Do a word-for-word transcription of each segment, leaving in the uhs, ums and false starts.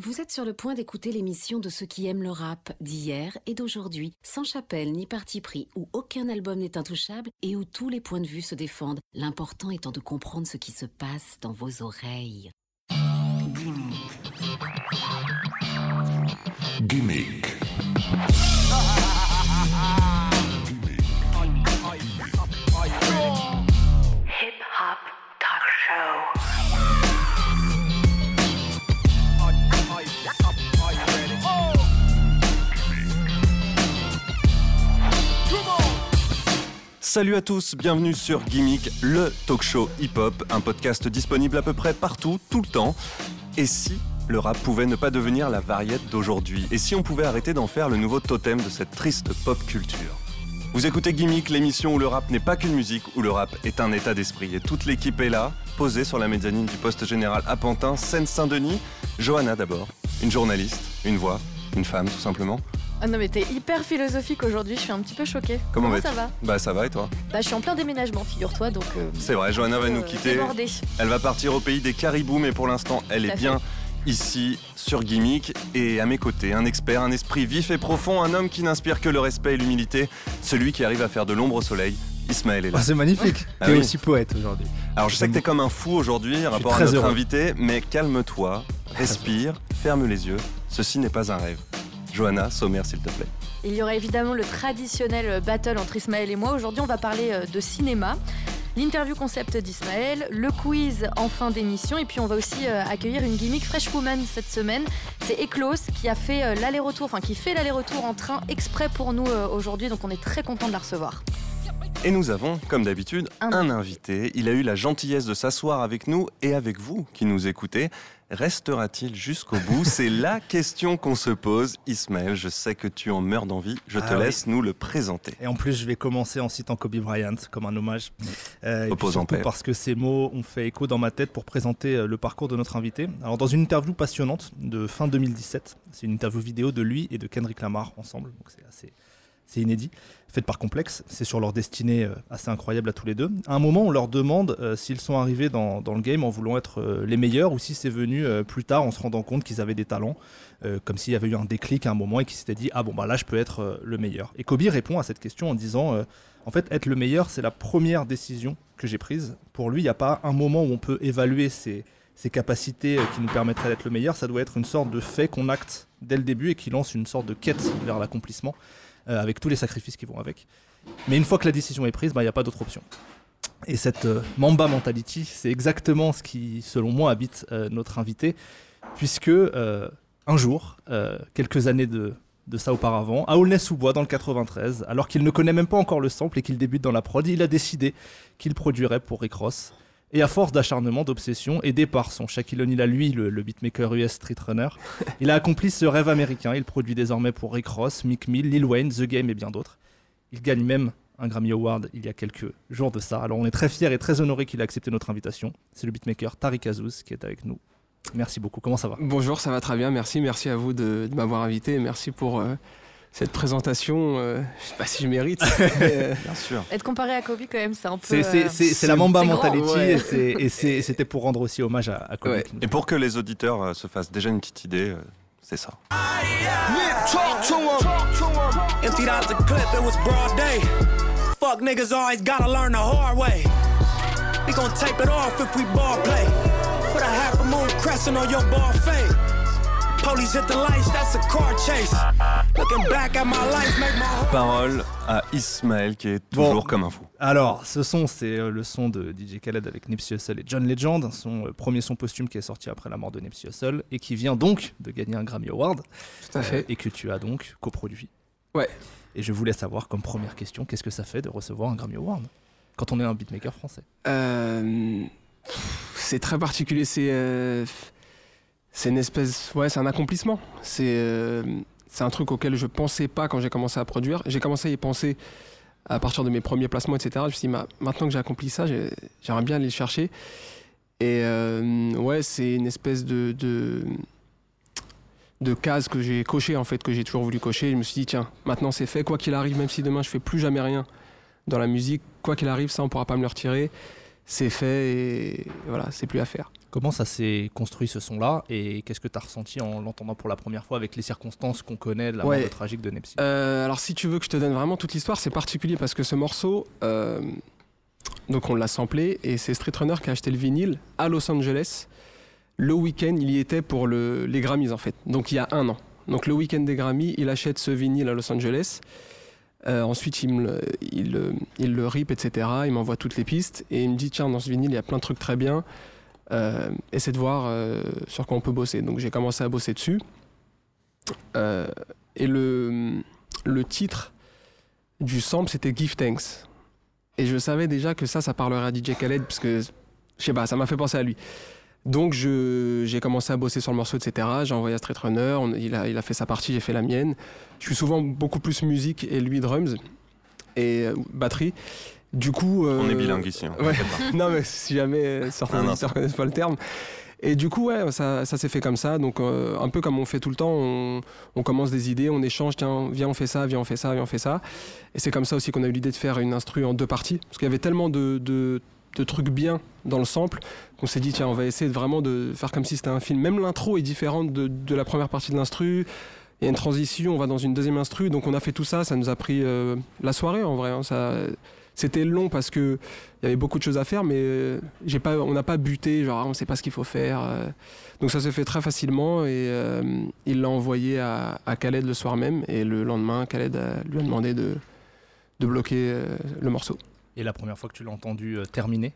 Vous êtes sur le point d'écouter l'émission de ceux qui aiment le rap d'hier et d'aujourd'hui, sans chapelle ni parti pris, où aucun album n'est intouchable et où tous les points de vue se défendent, l'important étant de comprendre ce qui se passe dans vos oreilles. Gimmick. Gimmick. Hip-hop talk show. Salut à tous, bienvenue sur Gimmick, le talk show hip-hop, un podcast disponible à peu près partout, tout le temps. Et si le rap pouvait ne pas devenir la variette d'aujourd'hui ? Et si on pouvait arrêter d'en faire le nouveau totem de cette triste pop culture ? Vous écoutez Gimmick, l'émission où le rap n'est pas qu'une musique, où le rap est un état d'esprit. Et toute l'équipe est là, posée sur la mezzanine du poste général à Pantin, Seine-Saint-Denis. Johanna d'abord, une journaliste, une voix, une femme tout simplement. Ah non mais t'es hyper philosophique aujourd'hui, je suis un petit peu choquée. Comment, Comment va ça va ? Bah ça va et toi ? Bah je suis en plein déménagement, figure-toi, donc... Euh, C'est vrai, Johanna va euh, nous quitter. Débordée. Elle va partir au pays des caribous, mais pour l'instant, elle Tout est à bien fait. ici, sur Gimmick. Et à mes côtés, un expert, un esprit vif et profond, un homme qui n'inspire que le respect et l'humilité, celui qui arrive à faire de l'ombre au soleil. Ismaël est là. Oh, c'est magnifique. Ah T'es oui. aussi poète aujourd'hui. Alors je sais que t'es comme un fou aujourd'hui, rapport à très notre heureux. invité, mais calme-toi, respire, ferme les yeux. Ceci n'est pas un rêve. Johanna, sommaire s'il te plaît. Il y aura évidemment le traditionnel battle entre Ismaël et moi. Aujourd'hui, on va parler euh, de cinéma, l'interview concept d'Ismaël, le quiz en fin d'émission, et puis on va aussi euh, accueillir une gimmick freshwoman cette semaine. C'est Eclos qui a fait euh, l'aller-retour, enfin qui fait l'aller-retour en train exprès pour nous euh, aujourd'hui, donc on est très content de la recevoir. Et nous avons, comme d'habitude, Un un invité. Il a eu la gentillesse de s'asseoir avec nous et avec vous qui nous écoutez. Restera-t-il jusqu'au bout ? C'est la question qu'on se pose. Ismaël, je sais que tu en meurs d'envie. Je te Ah oui. laisse nous le présenter. Et en plus, je vais commencer en citant Kobe Bryant comme un hommage. Euh, et Repose puis en surtout paix. parce que ces mots ont fait écho dans ma tête pour présenter euh, le parcours de notre invité. Alors, dans une interview passionnante de fin deux mille dix-sept, c'est une interview vidéo de lui et de Kendrick Lamar ensemble. Donc, c'est assez. C'est inédit, faite par Complex. C'est sur leur destinée euh, assez incroyable à tous les deux. À un moment, on leur demande euh, s'ils sont arrivés dans, dans le game en voulant être euh, les meilleurs ou si c'est venu euh, plus tard en se rendant compte qu'ils avaient des talents, euh, comme s'il y avait eu un déclic à un moment et qu'ils s'étaient dit « Ah bon, bah là, je peux être euh, le meilleur ». Et Kobe répond à cette question en disant euh, « En fait, être le meilleur, c'est la première décision que j'ai prise. Pour lui, il n'y a pas un moment où on peut évaluer ses, ses capacités euh, qui nous permettraient d'être le meilleur. Ça doit être une sorte de fait qu'on acte dès le début et qui lance une sorte de quête vers l'accomplissement. » Euh, avec tous les sacrifices qui vont avec. Mais une fois que la décision est prise, il bah, n'y a pas d'autre option. Et cette euh, Mamba Mentality, c'est exactement ce qui, selon moi, habite euh, notre invité, puisque euh, un jour, euh, quelques années de, de ça auparavant, à Aulnay-sous-Bois, dans le quatre-vingt-treize, alors qu'il ne connaît même pas encore le sample et qu'il débute dans la prod, il a décidé qu'il produirait pour Rick Ross. Et à force d'acharnement, d'obsession, aidé par son Shaquille O'Neal à lui, le, le beatmaker U S Street Runner, il a accompli ce rêve américain. Il produit désormais pour Rick Ross, Meek Mill, Lil Wayne, The Game et bien d'autres. Il gagne même un Grammy Award il y a quelques jours de ça. Alors on est très fiers et très honorés qu'il a accepté notre invitation. C'est le beatmaker Tariq Azouz qui est avec nous. Merci beaucoup, comment ça va ? Bonjour, ça va très bien, merci. Merci à vous de, de m'avoir invité. Merci pour euh, cette présentation. Euh, je sais pas si je mérite. mais, euh, Bien sûr. Être comparé à Kobe quand même, c'est un peu... C'est, c'est, euh, c'est, c'est la Mamba c'est grand, Mentality ouais. et, c'est, et c'est, c'était pour rendre aussi hommage à, à Kobe. Ouais. qui nous- Et pour que les auditeurs euh, se fassent déjà une petite idée, euh, c'est ça. Talk to him. Emptied out the clip, it was broad day. Fuck niggas always gotta learn the hard way. We gon' tape it off if we ball play. Put a half a moon crescent on your ball fade. Police hit the lights, that's a car chase. Looking back at my life, make my heart. Parole à Ismaël qui est Bon. toujours comme un fou. Alors, ce son, c'est euh, le son de D J Khaled avec Nipsey Hussle et John Legend, son euh, premier son posthume qui est sorti après la mort de Nipsey Hussle et qui vient donc de gagner un Grammy Award tout à fait. euh, et que tu as donc coproduit. Ouais. Et je voulais savoir, comme première question, qu'est-ce que ça fait de recevoir un Grammy Award quand on est un beatmaker français ? Euh, c'est très particulier. C'est, euh, c'est une espèce. Ouais, c'est un accomplissement. C'est, euh, c'est un truc auquel je pensais pas quand j'ai commencé à produire. J'ai commencé à y penser à partir de mes premiers placements, et cetera. Je me suis dit, ma- maintenant que j'ai accompli ça, j'ai- j'aimerais bien aller le chercher. Et euh, ouais, c'est une espèce de, de, de case que j'ai cochée, en fait, que j'ai toujours voulu cocher. Je me suis dit, tiens, maintenant c'est fait, quoi qu'il arrive, même si demain je fais plus jamais rien dans la musique, quoi qu'il arrive, ça on pourra pas me le retirer. C'est fait et voilà, c'est plus à faire. Comment ça s'est construit ce son-là et qu'est-ce que tu as ressenti en l'entendant pour la première fois avec les circonstances qu'on connaît de la Ouais. mort tragique de Nipsey? Euh, alors si tu veux que je te donne vraiment toute l'histoire, c'est particulier parce que ce morceau, euh, donc on l'a samplé et c'est Street Runner qui a acheté le vinyle à Los Angeles. Le week-end, il y était pour le, les Grammys en fait, donc il y a un an. Donc le week-end des Grammys, il achète ce vinyle à Los Angeles. Euh, ensuite, il, me, il, il le rip, et cetera. Il m'envoie toutes les pistes et il me dit tiens, dans ce vinyle, il y a plein de trucs très bien. Euh, essaie de voir euh, sur quoi on peut bosser. Donc j'ai commencé à bosser dessus. Euh, et le, le titre du sample, c'était Give Thanks. Et je savais déjà que ça, ça parlerait à D J Khaled, parce que, je sais pas, ça m'a fait penser à lui. Donc je, j'ai commencé à bosser sur le morceau, et cetera. J'ai envoyé à Street Runner, on, il, a, il a fait sa partie, j'ai fait la mienne. Je suis souvent beaucoup plus musique et lui drums et euh, batterie. Du coup, euh, On est bilingue ici. Hein, ouais. Non mais si jamais euh, certains non, auditeurs ne connaissent pas le terme. Et du coup, ouais, ça, ça s'est fait comme ça. Donc, euh, un peu comme on fait tout le temps, on, on commence des idées, on échange, tiens, viens, on fait ça, viens, on fait ça, viens, on fait ça. Et c'est comme ça aussi qu'on a eu l'idée de faire une instru en deux parties. Parce qu'il y avait tellement de, de, de trucs bien dans le sample qu'on s'est dit, tiens, on va essayer de vraiment de faire comme si c'était un film. Même l'intro est différente de, de la première partie de l'instru. Il y a une transition, on va dans une deuxième instru. Donc, on a fait tout ça. Ça nous a pris euh, la soirée, en vrai. Hein, ça... C'était long parce que il y avait beaucoup de choses à faire, mais j'ai pas, on n'a pas buté, genre on ne sait pas ce qu'il faut faire. Donc ça s'est fait très facilement et euh, il l'a envoyé à, à Khaled le soir même et le lendemain, Khaled a, lui a demandé de, de bloquer euh, le morceau. Et la première fois que tu l'as entendu euh, terminer?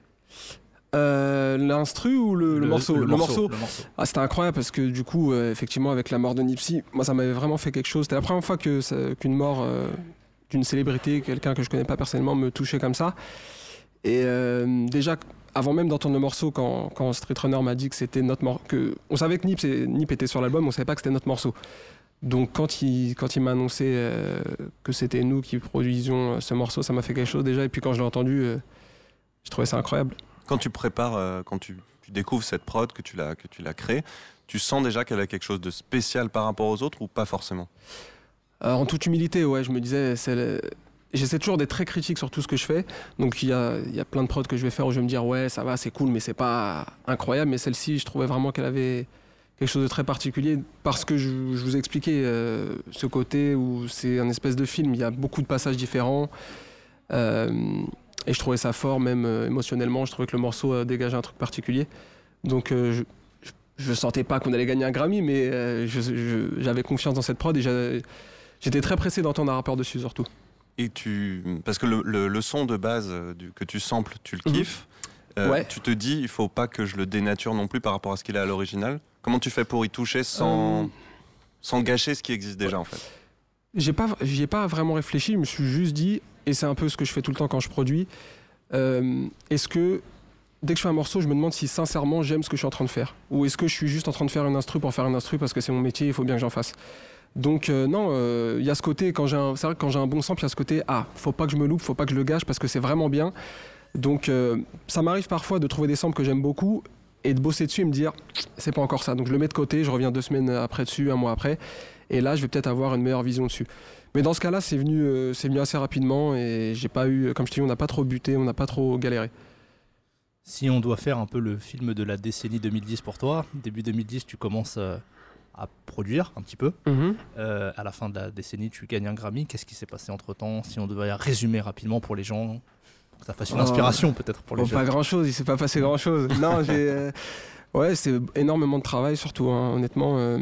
Euh, l'instru ou le, le, le, morceau, le, le, morceau, morceau. le morceau. Ah, c'était incroyable parce que du coup, euh, effectivement, avec la mort de Nipsey, moi ça m'avait vraiment fait quelque chose. C'était la première fois que ça, qu'une mort euh, d'une célébrité, quelqu'un que je connais pas personnellement, me touchait comme ça. Et euh, déjà, avant même d'entendre le morceau, quand, quand Street Runner m'a dit que c'était notre morceau, que on savait que Nip, Nip était sur l'album, on savait pas que c'était notre morceau. Donc quand il, quand il m'a annoncé euh, que c'était nous qui produisions ce morceau, ça m'a fait quelque chose déjà. Et puis quand je l'ai entendu, euh, j'ai trouvé ça incroyable. Quand tu prépares, euh, quand tu, tu découvres cette prod, que tu l'as, que tu l'as créée, tu sens déjà qu'elle a quelque chose de spécial par rapport aux autres ou pas forcément? Euh, en toute humilité, ouais, je me disais, c'est le... j'essaie toujours d'être très critique sur tout ce que je fais. Donc il y a, y a plein de prods que je vais faire où je vais me dire, ouais, ça va, c'est cool, mais c'est pas incroyable. Mais celle-ci, je trouvais vraiment qu'elle avait quelque chose de très particulier parce que je, je vous ai expliqué euh, ce côté où c'est un espèce de film. Il y a beaucoup de passages différents. Euh, et je trouvais ça fort, même euh, émotionnellement. Je trouvais que le morceau euh, dégageait un truc particulier. Donc euh, je, je, je sentais pas qu'on allait gagner un Grammy, mais euh, je, je, j'avais confiance dans cette prod et j'avais... J'étais très pressé d'entendre un rappeur dessus, surtout. Et tu... Parce que le, le, le son de base du, que tu samples, tu le kiffes. Mmh. Euh, ouais. Tu te dis, il faut pas que je le dénature non plus par rapport à ce qu'il a à l'original. Comment tu fais pour y toucher sans, euh... sans gâcher ce qui existe déjà, ouais. en fait? J'ai pas, j'y ai pas vraiment réfléchi, je me suis juste dit, et c'est un peu ce que je fais tout le temps quand je produis, euh, est-ce que, dès que je fais un morceau, je me demande si sincèrement j'aime ce que je suis en train de faire? Ou est-ce que je suis juste en train de faire une instru pour faire une instru parce que c'est mon métier, il faut bien que j'en fasse? Donc euh, non, il euh, y a ce côté, quand j'ai un, c'est vrai que quand j'ai un bon sample, il y a ce côté, ah, faut pas que je me loupe, faut pas que je le gâche parce que c'est vraiment bien. Donc euh, ça m'arrive parfois de trouver des samples que j'aime beaucoup et de bosser dessus et me dire, c'est pas encore ça. Donc je le mets de côté, je reviens deux semaines après dessus, un mois après, et là je vais peut-être avoir une meilleure vision dessus. Mais dans ce cas-là, c'est venu, euh, c'est venu assez rapidement et j'ai pas eu, comme je te dis, on n'a pas trop buté, on n'a pas trop galéré. Si on doit faire un peu le film de la décennie deux mille dix pour toi, début deux mille dix, tu commences... Euh... à produire un petit peu. Mm-hmm. Euh, à la fin de la décennie, tu gagnes un Grammy. Qu'est-ce qui s'est passé entre-temps? Si on devait résumer rapidement pour les gens, pour que ça fasse une inspiration oh, peut-être pour les oh, gens. Pas grand-chose, il s'est pas passé grand-chose. Non, j'ai... Euh... Ouais, c'est énormément de travail, surtout, hein, honnêtement. Euh...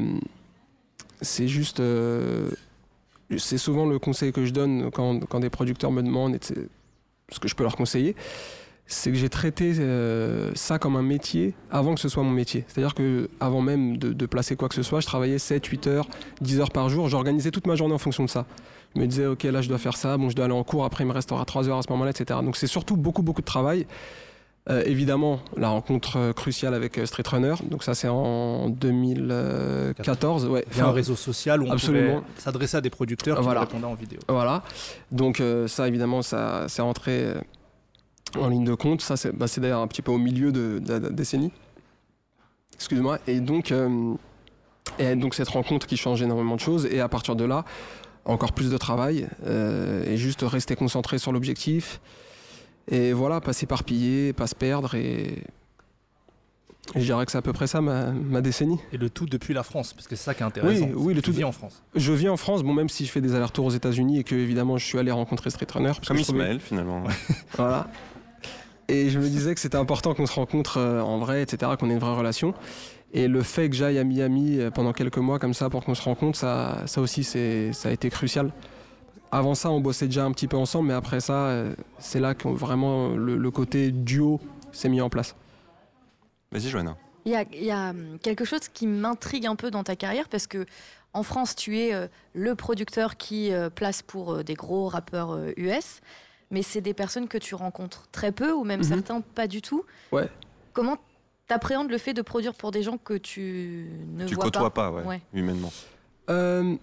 C'est juste... Euh... C'est souvent le conseil que je donne quand, quand des producteurs me demandent, et ce que je peux leur conseiller, c'est que j'ai traité euh, ça comme un métier avant que ce soit mon métier. C'est-à-dire qu'avant même de, de placer quoi que ce soit, je travaillais sept, huit heures, dix heures par jour. J'organisais toute ma journée en fonction de ça. Je me disais, ok, là je dois faire ça, bon, je dois aller en cours, après il me restera trois heures à ce moment-là, et cetera. Donc c'est surtout beaucoup, beaucoup de travail. Euh, évidemment, la rencontre cruciale avec Street Runner, donc ça c'est en deux mille quatorze. Ouais. Il y a un réseau social où on absolument. pouvait s'adresser à des producteurs qui voilà. répondaient en vidéo. Voilà. Donc euh, ça évidemment, ça c'est rentré... Euh, en ligne de compte, ça c'est, bah, c'est d'ailleurs un petit peu au milieu de, de, de la décennie. Excuse-moi. Et donc, euh, et donc cette rencontre qui change énormément de choses. Et à partir de là, encore plus de travail euh, et juste rester concentré sur l'objectif. Et voilà, pas s'éparpiller, pas se perdre et, Je dirais que c'est à peu près ça ma, ma décennie. Et le tout depuis la France, parce que c'est ça qui est intéressant. Oui, oui, le tu tout vis en France. Je vis en France, bon, même si je fais des allers-retours aux États-Unis et que évidemment je suis allé rencontrer Street Runner. parce Comme que je trouvais- Ismaël, finalement. Voilà. Et je me disais que c'était important qu'on se rencontre euh, en vrai, et cetera, qu'on ait une vraie relation. Et le fait que j'aille à Miami euh, pendant quelques mois comme ça pour qu'on se rencontre, ça, ça aussi, c'est, ça a été crucial. Avant ça, on bossait déjà un petit peu ensemble, mais après ça, euh, c'est là que vraiment le, le côté duo s'est mis en place. Vas-y, Johanna. Il y a, il y a hum, quelque chose qui m'intrigue un peu dans ta carrière parce que en France, tu es euh, le producteur qui euh, place pour euh, des gros rappeurs euh, U S, mais c'est des personnes que tu rencontres très peu ou même Mhm. certains pas du tout. Ouais. Comment t'appréhendes le fait de produire pour des gens que tu ne Tu vois côtoies pas, pas, ouais, Ouais. humainement. Euh,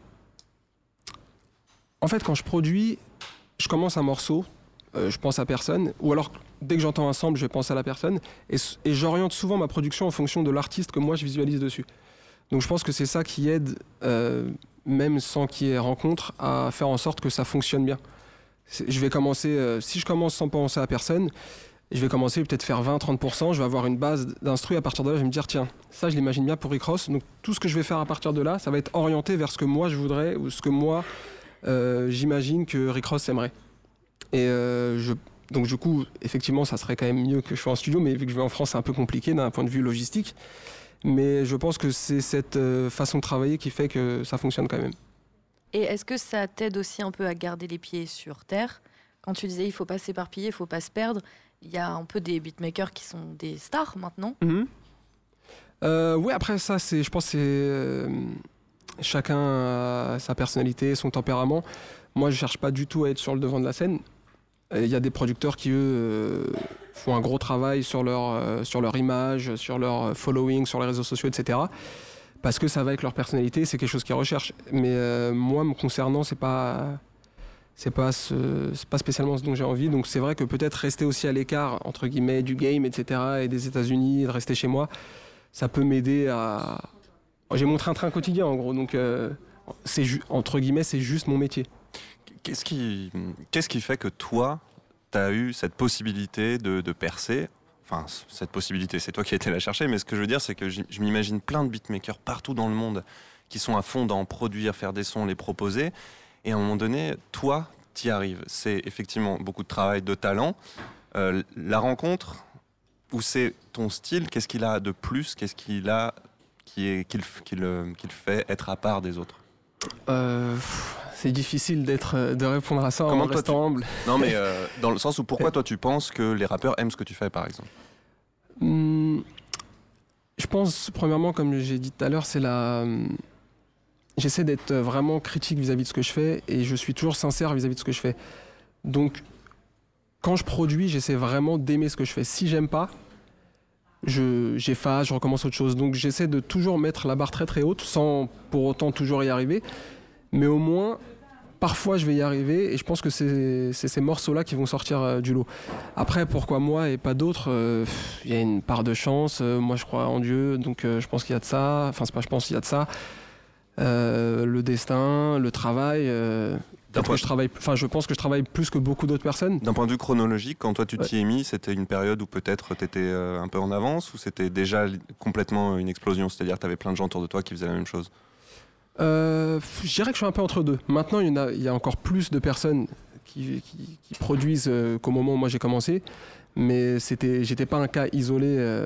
En fait, quand je produis, je commence un morceau, euh, je pense à personne, ou alors dès que j'entends un sample, je pense à la personne, et, s- et j'oriente souvent ma production en fonction de l'artiste que moi je visualise dessus. Donc je pense que c'est ça qui aide, euh, même sans qu'il y ait rencontre, à faire en sorte que ça fonctionne bien. C'est- Je vais commencer, euh, si je commence sans penser à personne, je vais commencer peut-être faire vingt à trente pour cent, je vais avoir une base d'instru, à partir de là, je vais me dire, tiens, ça je l'imagine bien pour Rick Ross, donc tout ce que je vais faire à partir de là, ça va être orienté vers ce que moi je voudrais, ou ce que moi, euh, j'imagine que Rick Ross aimerait. Et euh, je, donc du coup, effectivement, ça serait quand même mieux que je sois en studio, mais vu que je vais en France, c'est un peu compliqué d'un point de vue logistique. Mais je pense que c'est cette euh, façon de travailler qui fait que ça fonctionne quand même. Et est-ce que ça t'aide aussi un peu à garder les pieds sur terre? Quand tu disais il faut pas s'éparpiller, il faut pas se perdre, il y a un peu des beatmakers qui sont des stars maintenant. Mhm. Euh, oui, après ça, c'est, je pense que c'est euh, chacun a sa personnalité, son tempérament. Moi, je cherche pas du tout à être sur le devant de la scène. Il y a des producteurs qui, eux, euh, font un gros travail sur leur, euh, sur leur image, sur leur following, sur les réseaux sociaux, et cetera. Parce que ça va avec leur personnalité, c'est quelque chose qu'ils recherchent. Mais euh, moi, me concernant, c'est pas, c'est pas, ce, c'est pas spécialement ce dont j'ai envie. Donc c'est vrai que peut-être rester aussi à l'écart, entre guillemets, du game, et cetera, et des États-Unis, et de rester chez moi, ça peut m'aider à. J'ai mon train-train quotidien, en gros. Donc, euh, c'est ju- entre guillemets, c'est juste mon métier. Qu'est-ce qui, qu'est-ce qui fait que toi, tu as eu cette possibilité de, de percer? Enfin, c- cette possibilité, c'est toi qui as été la chercher, mais ce que je veux dire, c'est que j'im- je m'imagine plein de beatmakers partout dans le monde qui sont à fond dans produire, faire des sons, les proposer. Et à un moment donné, toi, t'y arrives. C'est effectivement beaucoup de travail, de talent. Euh, la rencontre, où c'est ton style, qu'est-ce qu'il a de plus? Qu'est-ce qu'il a qui, est, qui, le, qui, le, qui le fait être à part des autres? Euh, pff, c'est difficile d'être, de répondre à ça Comment en toi, restant humble. Non, mais euh, dans le sens où pourquoi toi tu penses que les rappeurs aiment ce que tu fais, par exemple? Hum, je pense, premièrement, comme j'ai dit tout à l'heure, c'est la. hum, J'essaie d'être vraiment critique vis-à-vis de ce que je fais et je suis toujours sincère vis-à-vis de ce que je fais. Donc, quand je produis, j'essaie vraiment d'aimer ce que je fais. Si j'aime pas, je, j'efface, je recommence autre chose. Donc, j'essaie de toujours mettre la barre très très haute sans pour autant toujours y arriver. Mais au moins, parfois, je vais y arriver et je pense que c'est, c'est ces morceaux-là qui vont sortir euh, du lot. Après, pourquoi moi et pas d'autres? euh, pff, Il y a une part de chance. euh, moi, je crois en Dieu, donc euh, je pense qu'il y a de ça. Enfin, c'est pas je pense qu'il y a de ça. Euh, le destin, le travail. euh, peut-être point- que je travaille. Enfin, je pense que je travaille plus que beaucoup d'autres personnes. D'un point de vue chronologique, quand toi tu Ouais. t'y es mis, c'était une période où peut-être tu étais un peu en avance ou c'était déjà li- complètement une explosion? C'est-à-dire que tu avais plein de gens autour de toi qui faisaient la même chose? Euh, je dirais que je suis un peu entre deux. Maintenant, il y, en a, il y a encore plus de personnes qui, qui- qui produisent euh, qu'au moment où moi j'ai commencé. Mais c'était, j'étais pas un cas isolé euh,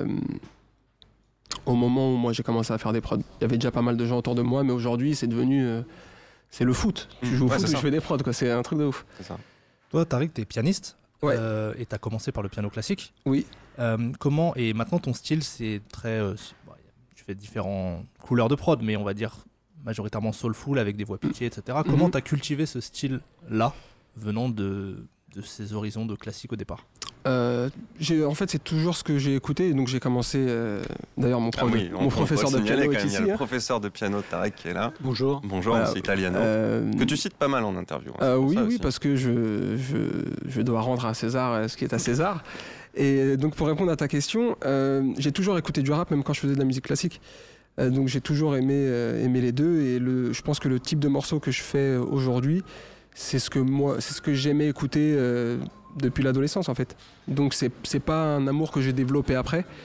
au moment où moi j'ai commencé à faire des prods. Il y avait déjà pas mal de gens autour de moi, mais aujourd'hui c'est devenu. euh, c'est le foot. Tu Mmh. joues au Ouais, foot c'est et ça. je fais des prods, quoi. C'est un truc de ouf. C'est ça. Toi, Tariq, t'es pianiste. Ouais. euh, et t'as commencé par le piano classique. Oui. Euh, comment, et maintenant ton style, c'est très. euh, c'est- bon, tu fais différentes couleurs de prod, mais on va dire majoritairement soulful avec des voix pitchées, et cetera. Comment Mhm. t'as cultivé ce style-là, venant de, de ces horizons de classique au départ? Euh, j'ai, en fait, c'est toujours ce que j'ai écouté. Donc j'ai commencé. euh, d'ailleurs, mon, Ah prof, oui, on- mon on professeur doit de signaler piano quand est même, il y a ici. le hein. professeur de piano Tarek qui est là. Bonjour. Bonjour, Voilà. c'est Italiano. Euh, Que tu cites pas mal en interview. hein, Euh, c'est pour oui, ça oui, aussi. parce que je, je, je dois rendre à César euh, ce qui est à César. Et donc, pour répondre à ta question, euh, j'ai toujours écouté du rap, même quand je faisais de la musique classique. Euh, donc, j'ai toujours aimé, euh, aimé les deux. Et le, je pense que le type de morceau que je fais aujourd'hui, c'est ce que moi, c'est ce que j'aimais écouter euh, depuis l'adolescence, en fait. Donc, c'est, c'est pas un amour que j'ai développé après.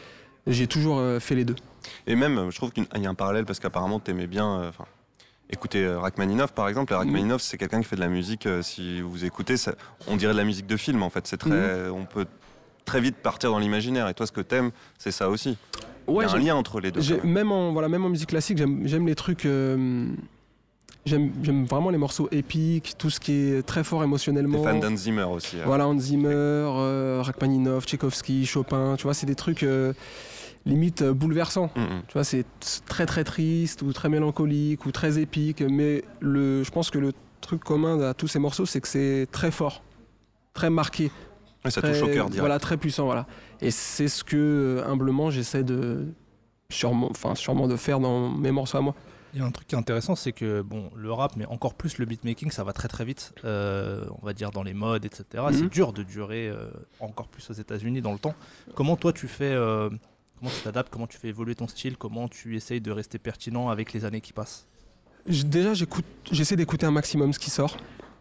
J'ai toujours euh, fait les deux. Et même, je trouve qu'il y a un parallèle parce qu'apparemment, t'aimais bien. Enfin, euh, écouter euh, Rachmaninoff, par exemple. Et Rachmaninoff, mmh. c'est quelqu'un qui fait de la musique. Euh, si vous écoutez, ça, on dirait de la musique de film. En fait, c'est très. Mmh. On peut très vite partir dans l'imaginaire. Et toi, ce que t'aimes, c'est ça aussi. Ouais, il y a un lien entre les deux. Même en voilà, même en musique classique, j'aime, j'aime les trucs. Euh, J'aime, j'aime vraiment les morceaux épiques, tout ce qui est très fort émotionnellement. T'es fan d'Hans Zimmer aussi. Hein. Voilà, Hans Zimmer, euh, Rachmaninoff, Tchaïkovski, Chopin, tu vois, c'est des trucs euh, limite euh, bouleversants. Mm-hmm. Tu vois, c'est très très triste ou très mélancolique ou très épique, mais le, je pense que le truc commun à tous ces morceaux, c'est que c'est très fort, très marqué. Ouais, ça très, touche au cœur direct. Voilà, très puissant, voilà. Et c'est ce que, humblement, j'essaie de, sûrement, enfin, sûrement de faire dans mes morceaux à moi. Il y a un truc qui est intéressant, c'est que bon, le rap, mais encore plus le beatmaking, ça va très très vite, euh, on va dire dans les modes, et cetera. Mm-hmm. C'est dur de durer euh, encore plus aux États-Unis dans le temps. Comment toi tu fais, euh, comment tu t'adaptes, comment tu fais évoluer ton style, comment tu essayes de rester pertinent avec les années qui passent? Déjà, j'écoute, j'essaie d'écouter un maximum ce qui sort.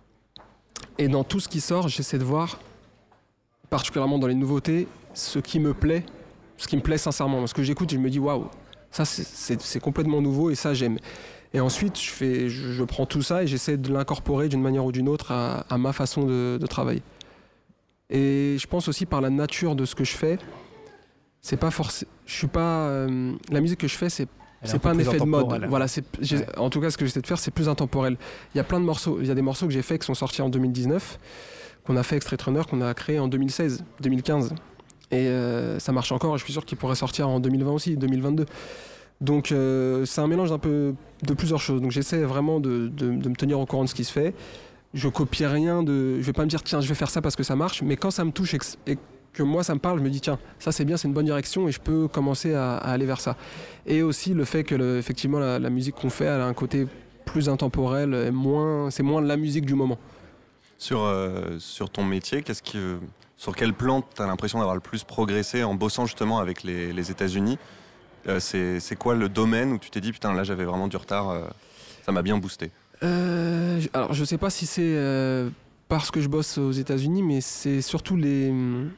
Et dans tout ce qui sort, j'essaie de voir, particulièrement dans les nouveautés, ce qui me plaît, ce qui me plaît sincèrement. Parce que j'écoute et je me dis waouh. Ça, c'est, c'est, c'est complètement nouveau et ça, j'aime. Et ensuite, je, fais, je, je prends tout ça et j'essaie de l'incorporer d'une manière ou d'une autre à, à ma façon de, de travailler. Et je pense aussi par la nature de ce que je fais, c'est pas forcément... Je suis pas... Euh, la musique que je fais, c'est, c'est pas un effet de mode. Voilà, c'est, ouais. En tout cas, ce que j'essaie de faire, c'est plus intemporel. Il y a plein de morceaux. Il y a des morceaux que j'ai faits qui sont sortis en deux mille dix-neuf, qu'on a fait avec Street Runner, qu'on a créé en deux mille seize, deux mille quinze. Et euh, ça marche encore, et je suis sûr qu'il pourrait sortir en deux mille vingt aussi, deux mille vingt-deux. Donc euh, c'est un mélange d'un peu de plusieurs choses. Donc j'essaie vraiment de, de, de me tenir au courant de ce qui se fait. Je copie rien de... Je vais pas me dire, tiens, je vais faire ça parce que ça marche, mais quand ça me touche et que, et que moi ça me parle, je me dis, tiens, ça c'est bien, c'est une bonne direction et je peux commencer à, à aller vers ça. Et aussi le fait que, le, effectivement, la, la musique qu'on fait, elle a un côté plus intemporel, et moins, c'est moins la musique du moment. Sur, euh, sur ton métier, qu'est-ce que... Sur quel plan tu as l'impression d'avoir le plus progressé en bossant justement avec les, les États-Unis? euh, c'est, c'est quoi le domaine où tu t'es dit, putain, là j'avais vraiment du retard, euh, ça m'a bien boosté? euh, Alors je sais pas si c'est euh, parce que je bosse aux États-Unis, mais c'est surtout les,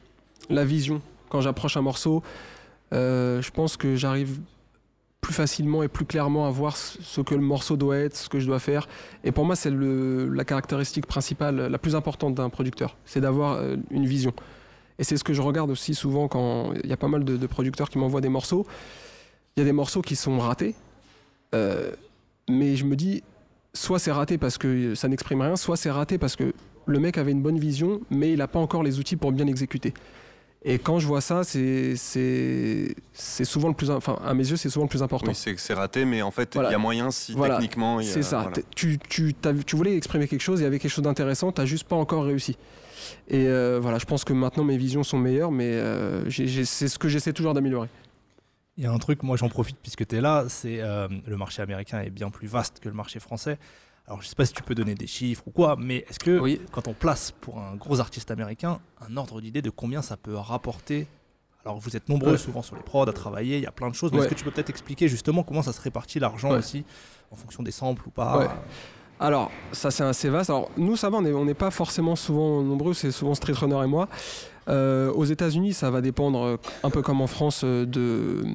la vision. Quand j'approche un morceau, euh, je pense que j'arrive plus facilement et plus clairement à voir ce que le morceau doit être, ce que je dois faire. Et pour moi, c'est le, la caractéristique principale, la plus importante d'un producteur, c'est d'avoir une vision. Et c'est ce que je regarde aussi souvent quand il y a pas mal de, de producteurs qui m'envoient des morceaux. Il y a des morceaux qui sont ratés, euh, mais je me dis, soit c'est raté parce que ça n'exprime rien, soit c'est raté parce que le mec avait une bonne vision, mais il n'a pas encore les outils pour bien l'exécuter. Et quand je vois ça, c'est, c'est, c'est souvent le plus... Enfin, à mes yeux, c'est souvent le plus important. Oui, c'est que c'est raté, mais en fait, il voilà. y a moyen si voilà. techniquement... Il y a, c'est ça. Voilà. Tu, tu, tu voulais exprimer quelque chose, il y avait quelque chose d'intéressant, tu n'as juste pas encore réussi. Et euh, voilà, je pense que maintenant, mes visions sont meilleures, mais euh, j'ai, j'ai, c'est ce que j'essaie toujours d'améliorer. Il y a un truc, moi j'en profite puisque tu es là, c'est euh, le marché américain est bien plus vaste que le marché français. Alors je sais pas si tu peux donner des chiffres ou quoi, mais est-ce que oui. quand on place pour un gros artiste américain un ordre d'idée de combien ça peut rapporter? Alors vous êtes nombreux ouais. souvent sur les prods à travailler, il y a plein de choses, mais ouais. est-ce que tu peux peut-être expliquer justement comment ça se répartit l'argent ouais. aussi en fonction des samples ou pas? ouais. Alors ça c'est assez vaste. Alors nous ça va, on n'est pas forcément souvent nombreux, c'est souvent Street Runner et moi. Euh, aux États-Unis ça va dépendre un peu comme en France de...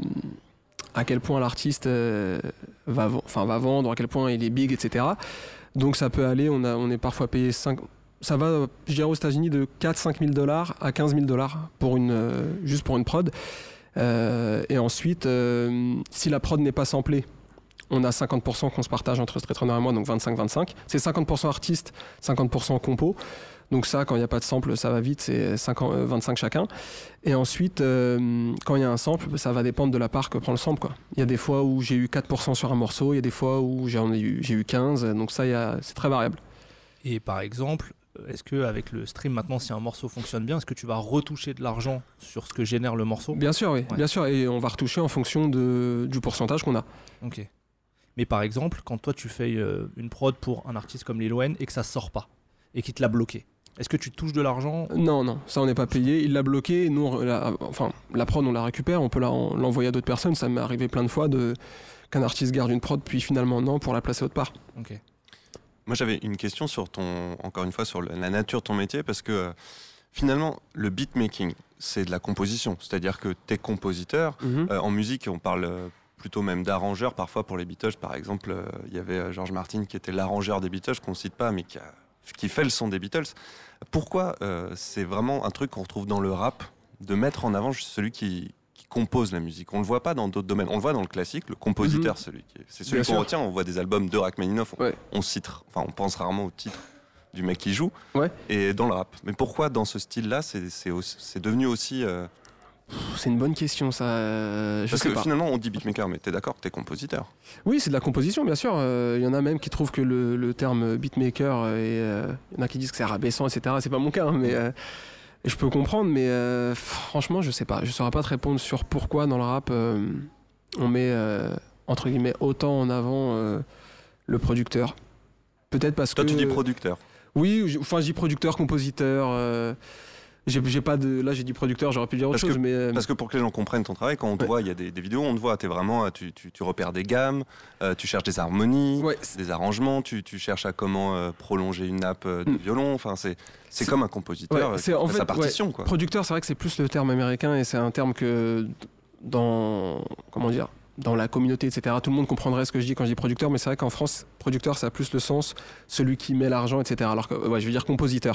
à quel point l'artiste euh, va, enfin, va vendre, à quel point il est big, et cetera. Donc ça peut aller, on, a, on est parfois payé cinq, ça va, je dirais aux États-Unis, de quatre à cinq mille dollars à quinze mille dollars pour une, euh, juste pour une prod. Euh, et ensuite, euh, si la prod n'est pas samplée, on a cinquante pour cent qu'on se partage entre Street Runner et moi, donc vingt-cinq vingt-cinq. C'est cinquante pour cent artiste, cinquante pour cent compo. Donc ça, quand il n'y a pas de sample, ça va vite, c'est cinquante, vingt-cinq chacun. Et ensuite, euh, quand il y a un sample, ça va dépendre de la part que prend le sample, quoi. Il y a des fois où j'ai eu quatre pour cent sur un morceau, il y a des fois où j'en ai eu, j'ai eu quinze, donc ça, y a, c'est très variable. Et par exemple, est-ce qu'avec le stream maintenant, si un morceau fonctionne bien, est-ce que tu vas retoucher de l'argent sur ce que génère le morceau? Bien sûr, oui, ouais. bien sûr, et on va retoucher en fonction de, du pourcentage qu'on a. Ok. Mais par exemple, quand toi tu fais une prod pour un artiste comme Lil Wayne et que ça sort pas, et qu'il te l'a bloqué, est-ce que tu touches de l'argent? Non, non, ça on n'est pas payé. Il l'a bloqué, nous, on, la, enfin, la prod on la récupère, on peut la, on, l'envoyer à d'autres personnes. Ça m'est arrivé plein de fois de, qu'un artiste garde une prod, puis finalement non, pour la placer autre part. Ok. Moi j'avais une question sur ton, encore une fois, sur la nature de ton métier, parce que Finalement, le beatmaking, c'est de la composition. C'est-à-dire que t'es compositeur. Mm-hmm. Euh, en musique, on parle euh, plutôt même d'arrangeur. Parfois, pour les Beatles, par exemple, il euh, y avait euh, George Martin qui était l'arrangeur des Beatles, qu'on ne cite pas, mais qui, a, qui fait le son des Beatles. Pourquoi euh, c'est vraiment un truc qu'on retrouve dans le rap, de mettre en avant celui qui, qui compose la musique. On ne le voit pas dans d'autres domaines. On le voit dans le classique, le compositeur, mm-hmm. celui qui, c'est celui Bien qu'on sûr. retient. On voit des albums de Rachmaninoff, on, ouais. on cite, enfin, on pense rarement au titre du mec qui joue, ouais. et dans le rap. Mais pourquoi dans ce style-là, c'est, c'est, aussi, c'est devenu aussi... Euh... C'est une bonne question, ça. Euh, je Parce sais que pas. finalement, on dit beatmaker, mais t'es d'accord que t'es compositeur? Oui, c'est de la composition, bien sûr. Il euh, y en a même qui trouvent que le, le terme beatmaker, il euh, y en a qui disent que c'est rabaissant, et cetera. C'est pas mon cas, hein, mais euh, je peux comprendre, mais euh, franchement, je sais pas. Je saurais pas te répondre sur pourquoi dans le rap, euh, on met, euh, entre guillemets, autant en avant euh, le producteur. Peut-être parce Toi, que... Toi, tu dis producteur. Oui, enfin, je dis producteur, compositeur... Euh, J'ai, j'ai pas de, là j'ai dit producteur, j'aurais pu dire autre parce chose, que, mais... Parce que pour que les gens comprennent ton travail, quand on te ouais. voit, il y a des, des vidéos, on te voit, t'es vraiment, tu, tu, tu repères des gammes, euh, tu cherches des harmonies, ouais. des arrangements, tu, tu cherches à comment euh, prolonger une nappe euh, de mm. violon, enfin c'est, c'est, c'est comme un compositeur, ouais, c'est, en fait, sa partition. Ouais, quoi. Producteur, c'est vrai que c'est plus le terme américain et c'est un terme que dans, comment dire, dans la communauté, et cetera, tout le monde comprendrait ce que je dis quand je dis producteur, mais c'est vrai qu'en France, producteur, ça a plus le sens, celui qui met l'argent, et cetera. Alors que, ouais, je veux dire compositeur.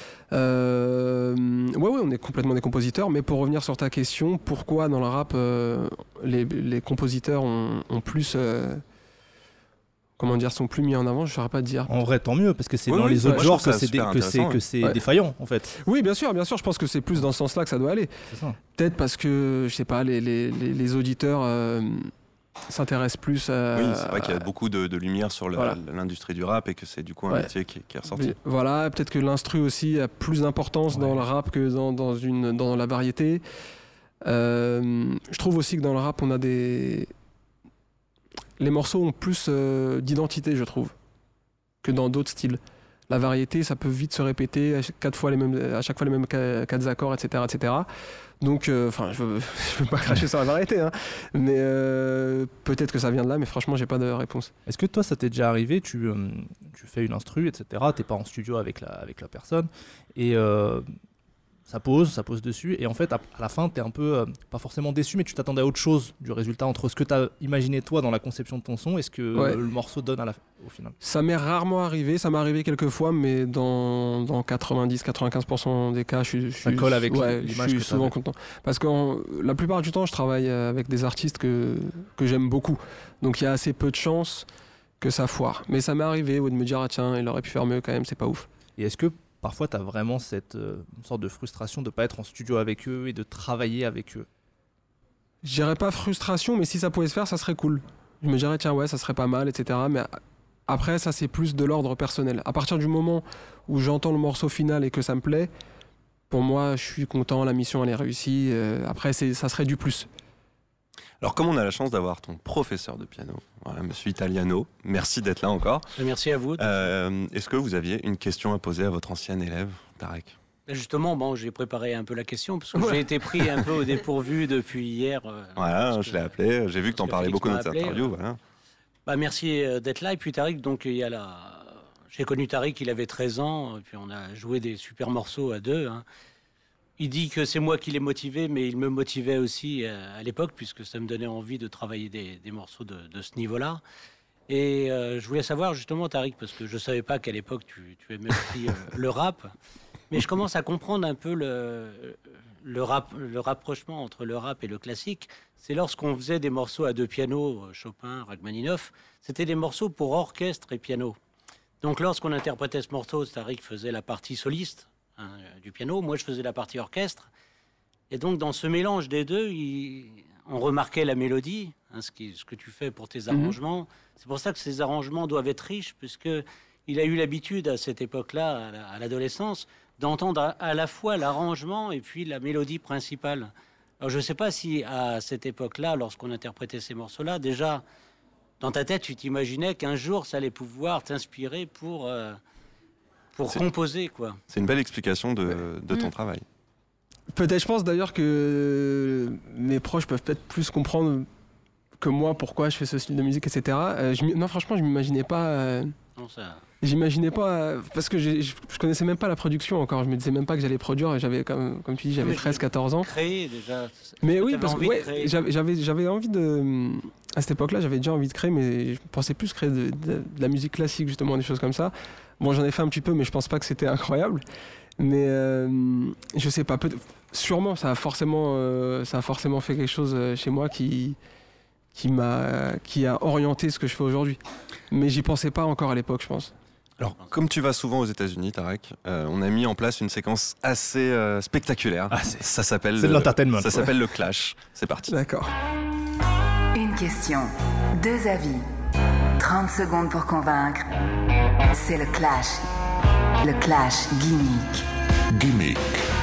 Euh, ouais, ouais, on est complètement des compositeurs, mais pour revenir sur ta question, pourquoi dans le rap, euh, les, les compositeurs ont, ont plus... Euh, comment dire, sont plus mis en avant, je ne saurais pas te dire. En vrai, tant mieux, parce que c'est oui, dans oui, les autres genres que c'est, dé- que c'est, que c'est ouais. défaillant, en fait. Oui, bien sûr, bien sûr, je pense que c'est plus dans ce sens-là que ça doit aller. C'est ça. Peut-être parce que, je sais pas, les, les, les, les auditeurs euh, s'intéressent plus à... Oui, c'est vrai qu'il y a beaucoup de, de lumière sur le, voilà. l'industrie du rap et que c'est du coup un ouais. métier qui, qui est ressorti. Mais, voilà, peut-être que l'instru aussi a plus d'importance ouais. dans le rap que dans, dans, une, dans la variété. Euh, je trouve aussi que dans le rap, on a des... Les morceaux ont plus euh, d'identité, je trouve, que dans d'autres styles. La variété, ça peut vite se répéter, à chaque fois les mêmes, à chaque fois les mêmes quatre accords, et cetera, et cetera. Donc, enfin, euh, je veux, je veux pas cracher sur la variété, hein, mais euh, peut-être que ça vient de là, mais franchement, j'ai pas de réponse. Est-ce que toi, ça t'est déjà arrivé, tu, euh, tu fais une instru, et cetera. T'es pas en studio avec la, avec la personne, et euh, ça pose, ça pose dessus, et en fait, à, à la fin, t'es un peu, euh, pas forcément déçu, mais tu t'attendais à autre chose du résultat, entre ce que t'as imaginé toi dans la conception de ton son et ce que ouais. le morceau donne à la, au final. Ça m'est rarement arrivé, ça m'est arrivé quelques fois, mais dans, dans quatre-vingt-dix à quatre-vingt-quinze pour cent des cas, je, je ça colle avec ouais, l'image je suis que souvent content. Parce que la plupart du temps, je travaille avec des artistes que, que j'aime beaucoup, donc il y a assez peu de chances que ça foire. Mais ça m'est arrivé ouais, de me dire, ah tiens, il aurait pu faire mieux quand même, c'est pas ouf. Et est-ce que parfois, tu as vraiment cette euh, sorte de frustration de ne pas être en studio avec eux et de travailler avec eux? Je dirais pas frustration, mais si ça pouvait se faire, ça serait cool. Je me dirais, tiens, ouais, ça serait pas mal, et cetera. Mais après, ça, c'est plus de l'ordre personnel. À partir du moment où j'entends le morceau final et que ça me plaît, pour moi, je suis content, la mission, elle est réussie. Euh, après, c'est, ça serait du plus. Alors, comme on a la chance d'avoir ton professeur de piano, voilà, Monsieur Italiano, merci d'être là encore. Merci à vous. Euh, est-ce que vous aviez une question à poser à votre ancien élève, Tarek? Justement, bon, j'ai préparé un peu la question, parce que ouais. j'ai été pris un peu au dépourvu depuis hier. Euh, voilà, je l'ai appelé, j'ai vu que tu en parlais beaucoup dans cette interview. Euh, voilà. Bah, merci d'être là. Et puis Tarek, donc, il y a la... j'ai connu Tarek, il avait treize ans, et puis on a joué des super morceaux à deux. Hein. Il dit que c'est moi qui l'ai motivé, mais il me motivait aussi à l'époque, puisque ça me donnait envie de travailler des, des morceaux de, de ce niveau-là. Et euh, je voulais savoir justement, Tarek, parce que je ne savais pas qu'à l'époque tu, tu aimais aussi euh, le rap, mais je commence à comprendre un peu le, le, rap, le rapprochement entre le rap et le classique. C'est lorsqu'on faisait des morceaux à deux pianos, Chopin, Rachmaninoff, c'était des morceaux pour orchestre et piano. Donc lorsqu'on interprétait ce morceau, Tarek faisait la partie soliste, Hein, du piano, moi je faisais la partie orchestre, et donc dans ce mélange des deux, il, on remarquait la mélodie, hein, ce, qui, ce que tu fais pour tes arrangements. Mmh. C'est pour ça que ces arrangements doivent être riches, puisque il a eu l'habitude à cette époque-là, à, la, à l'adolescence, d'entendre à, à la fois l'arrangement et puis la mélodie principale. Alors je ne sais pas si à cette époque-là, lorsqu'on interprétait ces morceaux-là, déjà dans ta tête tu t'imaginais qu'un jour ça allait pouvoir t'inspirer pour euh, pour c'est, composer, quoi. C'est une belle explication de, ouais. de ton mmh. travail. Peut-être, je pense d'ailleurs que mes proches peuvent peut-être plus comprendre que moi pourquoi je fais ce style de musique, et cetera. Euh, je, non, franchement, je ne m'imaginais pas euh, Non, ça... J'imaginais pas, parce que j'ai- je je connaissais même pas la production encore, je me disais même pas que j'allais produire, et j'avais, comme, comme tu dis, j'avais Mais treize quatorze ans. Créer déjà. Mais oui, T'avais parce que envie de ouais, créer. j'avais, j'avais, j'avais envie de... À cette époque-là, j'avais déjà envie de créer, mais je pensais plus créer de, de- de la musique classique, justement, des choses comme ça. Bon, j'en ai fait un petit peu, mais je pense pas que c'était incroyable. Mais euh, je sais pas, peut- sûrement, ça a forcément, euh, ça a forcément fait quelque chose euh, chez moi qui, qui, m'a, qui a orienté ce que je fais aujourd'hui. Mais j'y pensais pas encore à l'époque, je pense. Alors, comme tu vas souvent aux États-Unis, Tarek, euh, on a mis en place une séquence assez euh, spectaculaire. Ah, c'est- ça s'appelle c'est de le- l'entertainment, Ça ouais. s'appelle le Clash. C'est parti. D'accord. Une question, deux avis. trente secondes pour convaincre. C'est le clash. Le clash gimmick. Gimmick.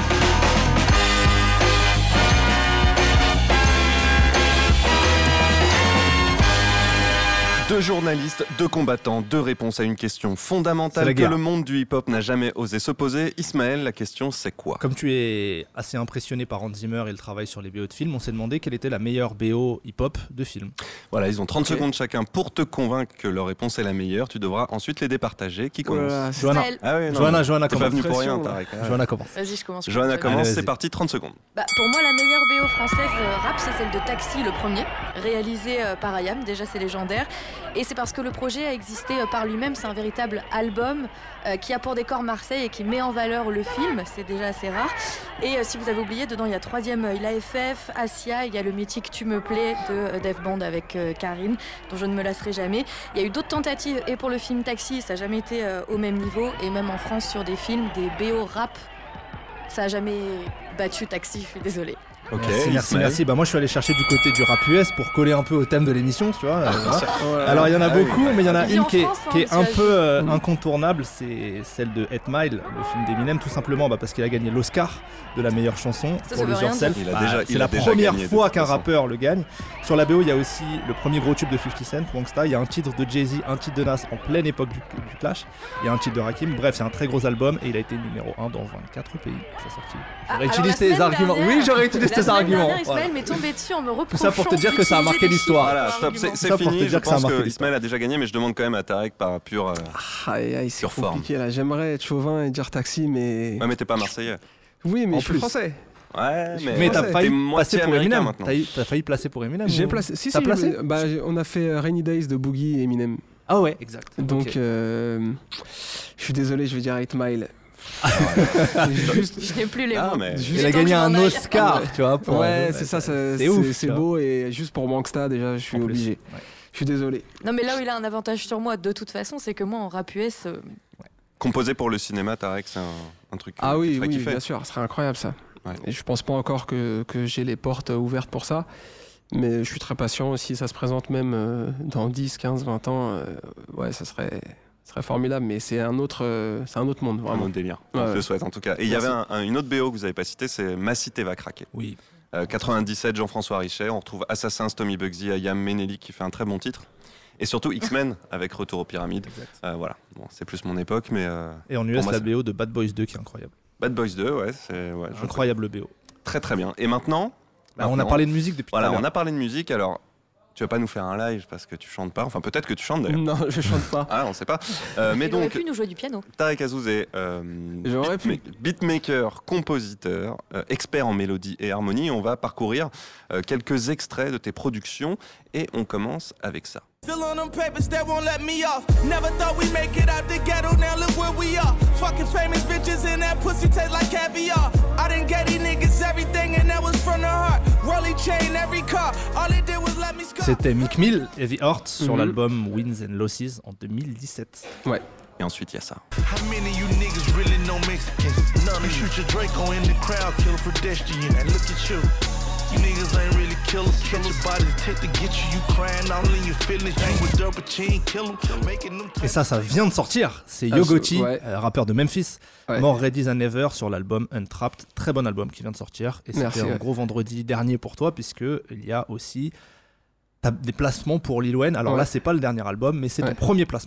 Deux journalistes, deux combattants, deux réponses à une question C'est fondamentale la que guerre. le monde du hip-hop n'a jamais osé se poser. Ismaël, la question c'est quoi? Comme tu es assez impressionné par Hans Zimmer et le travail sur les B O de films, on s'est demandé quelle était la meilleure B O hip-hop de film. Voilà, ils ont trente Ok. secondes chacun pour te convaincre que leur réponse est la meilleure. Tu devras ensuite les départager. Qui commence? Voilà, Johanna, Ismaël. Ah oui, non, Johanna, mais Johanna t'es pas commence. venu pour rien, Pression, Tarek. Ah. Johanna commence. Vas-y, je commence. Johanna Allez. commence, Allez, c'est vas-y. parti, trente secondes. Bah, pour moi, la meilleure B O française euh, rap, c'est celle de Taxi, le premier, réalisé euh, par Ayam. Déjà, c'est légendaire. Et c'est parce que le projet a existé euh, par lui-même. C'est un véritable album euh, qui a pour décor Marseille et qui met en valeur le film. C'est déjà assez rare. Et euh, si vous avez oublié, dedans, il y a troisième œil, l'A F F, Asia. Il y a le mythique Tu me plais de euh, Def Band avec euh, Karine, dont je ne me lasserai jamais. Il y a eu d'autres tentatives. Et pour le film Taxi, ça n'a jamais été euh, au même niveau. Et même en France, sur des films, des B O rap, ça n'a jamais battu Taxi. Je suis désolée. Ok, merci, merci, Ismaël. merci. Bah, moi, je suis allé chercher du côté du rap U S pour coller un peu au thème de l'émission, tu vois. euh, voilà. Alors, il y en a Ah oui, beaucoup, ouais. mais il y en a Il vit une en qui est, France, hein, qui est tu un as peu vu. euh, Mhm. incontournable, c'est celle de eight Mile, le film d'Eminem, tout simplement bah, parce qu'il a gagné l'Oscar de la meilleure chanson Ça, ça pour veut Lose rien Yourself. dire. Il a Bah, déjà- c'est il a la déjà première gagné, de fois toute qu'un façon. rappeur le gagne. Sur la B O, il y a aussi le premier gros tube de fifty Cent, Wangsta. Il y a un titre de Jay-Z, un titre de Nas en pleine époque du, du Clash. Il y a un titre de Rakim. Bref, c'est un très gros album et il a été numéro un dans vingt-quatre pays à sa sortie. Ah, J'aurais alors, utilisé la semaine tes arguments. dernière- Oui, j'aurais utilisé La tes semaine arguments. dernière, Ismaël Voilà. m'est tombé dessus en me reprochant. Tout ça pour te dire que ça a marqué d'utiliser des l'histoire. chiffres Voilà, pour stop, c'est argument. c'est Ça pour te fini. dire Je que ça a pense marqué que l'histoire. Ismaël a déjà gagné, mais je demande quand même à Tarek par pur. euh, Aïe, aïe, c'est Sur forme. compliqué là. J'aimerais être chauvin et dire taxi, mais. Ouais, mais t'es pas marseillais. Oui, mais En je suis plus. français. Ouais, mais. Mais t'as T'es failli moitié passer pour américain Eminem. maintenant. T'as eu- T'as failli placer pour Eminem. J'ai ou- placé. Si, T'as si, placé mais- bah, j'ai- on a fait euh, Rainy Days de Boogie et Eminem. Ah ouais, exact. Donc, Ok. euh, je suis désolé, je vais dire eight Mile. Juste- Je n'ai plus les Ah, mots. mais. juste- Il a temps gagné que je un m'en aille. Oscar, tu vois. pour Ouais, un- c'est ça, c'est c'est ouf, c'est- tu c'est vois. beau et juste pour Wangsta, déjà, je suis En plus. obligé. Ouais. Je suis désolé. Non, mais là où il a un avantage sur moi, de toute façon, c'est que moi, en rap U S, euh, Composé pour le cinéma, Tarek, c'est un, un truc Ah qui oui, ferait oui, kiffer. bien sûr, ce serait incroyable ça. Ouais. Et je pense pas encore que, que j'ai les portes ouvertes pour ça, mais je suis très patient. Si ça se présente même euh, dans dix, quinze, vingt ans, euh, ouais, ça serait, ça serait formidable, mais c'est un autre, euh, c'est un autre monde, Un vraiment. autre délire. Ouais, Je ouais. le souhaite en tout cas. Et il y Merci. avait un- un- une autre B O que vous n'avez pas citée, c'est Ma cité va craquer. Oui. Euh, quatre-vingt-dix-sept, Jean-François Richet. On retrouve Assassins, Tommy Bugsy, Ayam, Menelik qui fait un très bon titre. Et surtout X-Men avec Retour aux Pyramides. Exact. Euh, voilà, bon, c'est plus mon époque, mais euh, Et en U Pour S, moi, la c'est- B O de Bad Boys deux qui est incroyable. Bad Boys deux, ouais, c'est ouais, je- Incroyable B O. très très bien. Et maintenant, Bah, on a maintenant, parlé de musique depuis Voilà, tout à on l'heure. a parlé de musique. Alors, tu vas pas nous faire un live parce que tu chantes pas. Enfin, peut-être que tu chantes d'ailleurs. Non, je chante pas. Ah, on sait pas. Euh, mais il aurait donc, pu nous jouer du piano. Tarek Azouzé, euh, J'aurais pu. beatma- beatmaker, compositeur, euh, expert en mélodie et harmonie. On va parcourir euh, quelques extraits de tes productions et on commence avec ça. Still on them papers that won't let me off. Never thought we'd make it out the ghetto, now look where we are. Fucking famous bitches and that pussy taste like caviar. I done gave these niggas everything and that was from the heart. Rolly chain, every car. All they did was let me scar. C'était Meek Mill, Heavy Heart, sur Mhm. l'album Wins and Losses en deux mille dix-sept. Et ensuite, il y a ça. How many of you niggas really know Mexicans? None. Shoot your Draco in the crowd, kill a pedestrian. And look at you. You niggas ain't really killers. Catch your bodies, take to get you. You crying all in your feelings. You with double chin, kill 'em. Making them Et ça, ça vient de sortir. C'est Ah, Yo c'est- Gotti, ouais. euh, rappeur de Memphis, Ouais. More Ready Than Ever sur l'album Untrapped. Très bon album qui vient de sortir. Et Merci, c'était un ouais. gros vendredi dernier pour toi, puisque il y a aussi t'as des placements pour Lil Wayne. Alors Ouais. là, c'est pas le dernier album, mais c'est Ouais. ton premier placement.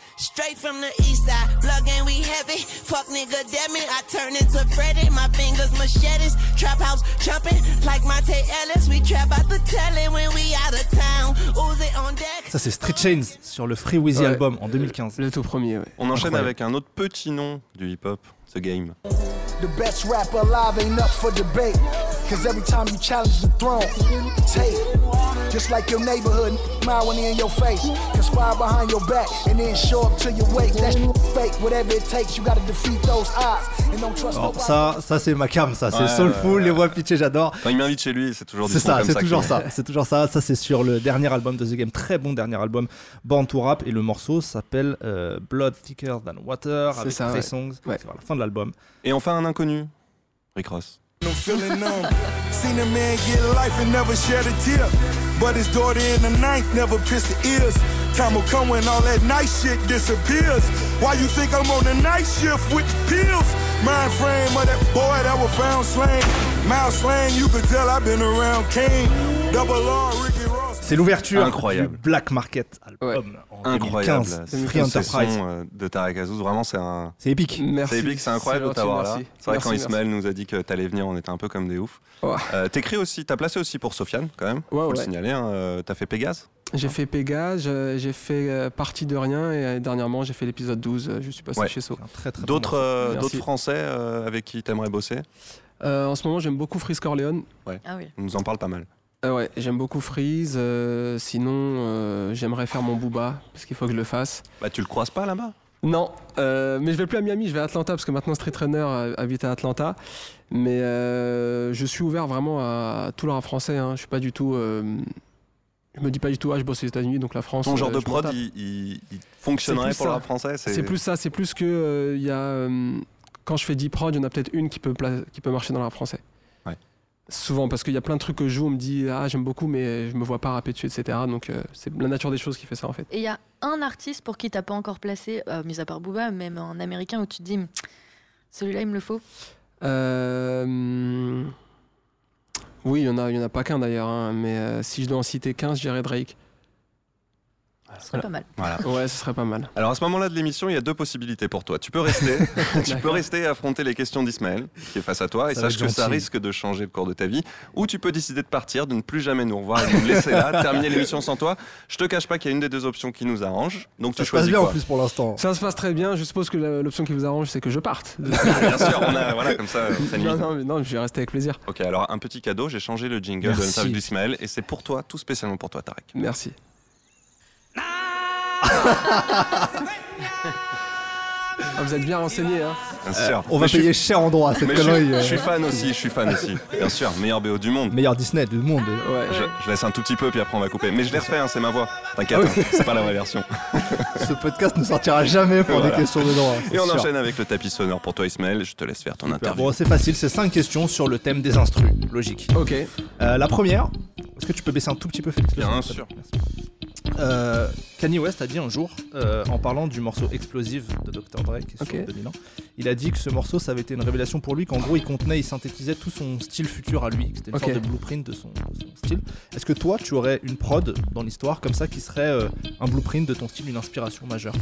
Straight from the east side, plug and we heavy. Fuck nigga, damn it, I turn into Freddy. My fingers machetes, trap house jumping like Monte Ellis. We trap out the telly when we out of town. Uzi on deck. Ça c'est Street Chains sur le Free Weezy Ouais, album en deux mille quinze. Le tout premier, ouais. On enchaîne Incroyable. avec un autre petit nom du hip-hop, The Game. The best rapper alive ain't up for debate. Cause every time you challenge the throne, take just like your neighborhood, smile when he in your face. Conspire behind your back and then show up to your wake. That's fake, whatever it takes, you gotta defeat those odds. And don't trust Alors, nobody. ça, ça c'est ma cam, ça, c'est Ouais, soulful, ouais, ouais. les voix pitchées, j'adore. Quand il m'invite chez lui, c'est toujours du C'est son ça, comme c'est ça. toujours qu'il- ça, c'est toujours ça. Ça c'est sur le dernier album de The Game, très bon dernier album, Born to Rap, et le morceau s'appelle euh, Blood Thicker Than Water C'est avec ça, Trey ouais. Songz. Ouais. C'est vers la fin de l'album. Et enfin un inconnu, Rick Ross. No feeling numb. Seen a man get life and never shed a tear. But his daughter in the ninth never pissed the ears. Time will come when all that nice shit disappears. Why you think I'm on the night shift with the pills? Mind frame of that boy that was found slain. Miles Slang, you could tell I've been around Kane. Double R, Ricky Ross. C'est l'ouverture Incroyable. du Black Market album en Incroyable. deux mille quinze, C'est Free Enterprise. son euh, de Tarek Azouz, vraiment c'est un... C'est épique. Merci. C'est épique, c'est incroyable de gentil, t'avoir là. merci. C'est vrai que quand Merci, Ismaël nous a dit que t'allais venir, on était un peu comme des oufs. Ouais. Euh, T'écris aussi, t'as placé aussi pour Sofiane quand même, Ouais, faut ouais. le signaler. Hein, euh, t'as fait Pégase. J'ai fait Pégase, euh, j'ai fait euh, Partie de rien et euh, dernièrement j'ai fait l'épisode douze, euh, je suis passé Ouais. chez So. Un très, très bon D'autres morceau. euh, Merci. d'autres Français euh, avec qui t'aimerais bosser? Euh, en ce moment j'aime beaucoup Freeze Corleone. Ah oui. On nous en parle pas mal. Euh, ouais, j'aime beaucoup Freeze. euh, sinon, euh, j'aimerais faire mon Booba parce qu'il faut que je le fasse. Bah tu le croises pas là-bas? Non, euh, mais je vais plus à Miami, je vais à Atlanta parce que maintenant Street Runner euh, habite à Atlanta. Mais euh, je suis ouvert vraiment à tout le rap français. Hein. Je suis pas du tout. Euh, je me dis pas du tout, ah, je bosse aux États-Unis, donc la France. Ton genre euh, de je m'en prod, tape. il, il- il fonctionnerait plus pour le ça. rap français? C'est plus ça, c'est plus que euh, il y a euh, quand je fais dix prods, il y en a peut-être une qui peut pla- qui peut marcher dans le rap français. Ouais. Souvent parce qu'il y a plein de trucs que je joue, on me dit ah j'aime beaucoup mais je me vois pas rapper dessus, et cetera. Donc euh, c'est la nature des choses qui fait ça en fait. Et il y a un artiste pour qui t'as pas encore placé, euh, mis à part Booba, même en américain, où tu te dis, Hm, celui-là il me le faut. Euh, Oui, il y en a, il y en a pas qu'un d'ailleurs, hein, mais euh, si je dois en citer quinze, je dirais Drake. Ce serait pas mal. Voilà. Ouais, ce serait pas mal. Alors à ce moment-là de l'émission, il y a deux possibilités pour toi. Tu peux rester, tu peux D'accord. rester et affronter les questions d'Ismaël qui est face à toi et Ça va sache être que ça gentil. risque de changer le cours de ta vie. Ou tu peux décider de partir, de ne plus jamais nous revoir et de nous laisser là, terminer l'émission sans toi. Je te cache pas qu'il y a une des deux options qui nous arrange. Donc Ça tu se passe choisis bien en quoi? plus pour l'instant. Ça se passe très bien. Je suppose que la- l'option qui vous arrange, c'est que je parte. Bien sûr, on a voilà comme ça. ça non, nuit. non, mais non, je vais rester avec plaisir. Ok, alors un petit cadeau. J'ai changé le jingle Merci. de l'interview d'Ismaël et c'est pour toi, tout spécialement pour toi, Tarek. Merci. Ah, vous êtes bien renseigné, hein. Bien sûr. On va Mais je suis- payer cher en droit cette mais je, connerie. suis, euh, je suis fan aussi, je suis fan aussi. Bien sûr, meilleur B O du monde. Meilleur Disney du monde. Ouais. Je, je laisse un tout petit peu puis après on va couper. Mais je l'ai refait, hein, c'est ma voix. T'inquiète, Ah oui. hein, c'est pas la vraie version. Ce podcast ne sortira jamais pour Voilà. des questions de droit. c'est Et on sûr. enchaîne avec le tapis sonore pour toi Ismaël. Je te laisse faire ton Super. interview. Bon, c'est facile, c'est cinq questions sur le thème des instrus. Logique. Ok. Euh, la première, est-ce que tu peux baisser un tout petit peu Félix le Bien son, sûr. Merci. Euh, Kanye West a dit un jour, euh, en parlant du morceau Explosive de docteur Dre, qui est Ok. sur deux mille un, il a dit que ce morceau, ça avait été une révélation pour lui, qu'en gros, il contenait, il synthétisait tout son style futur à lui, que c'était une Ok. sorte de blueprint de son, de son style. Est-ce que toi, tu aurais une prod dans l'histoire comme ça qui serait euh, un blueprint de ton style, une inspiration majeure?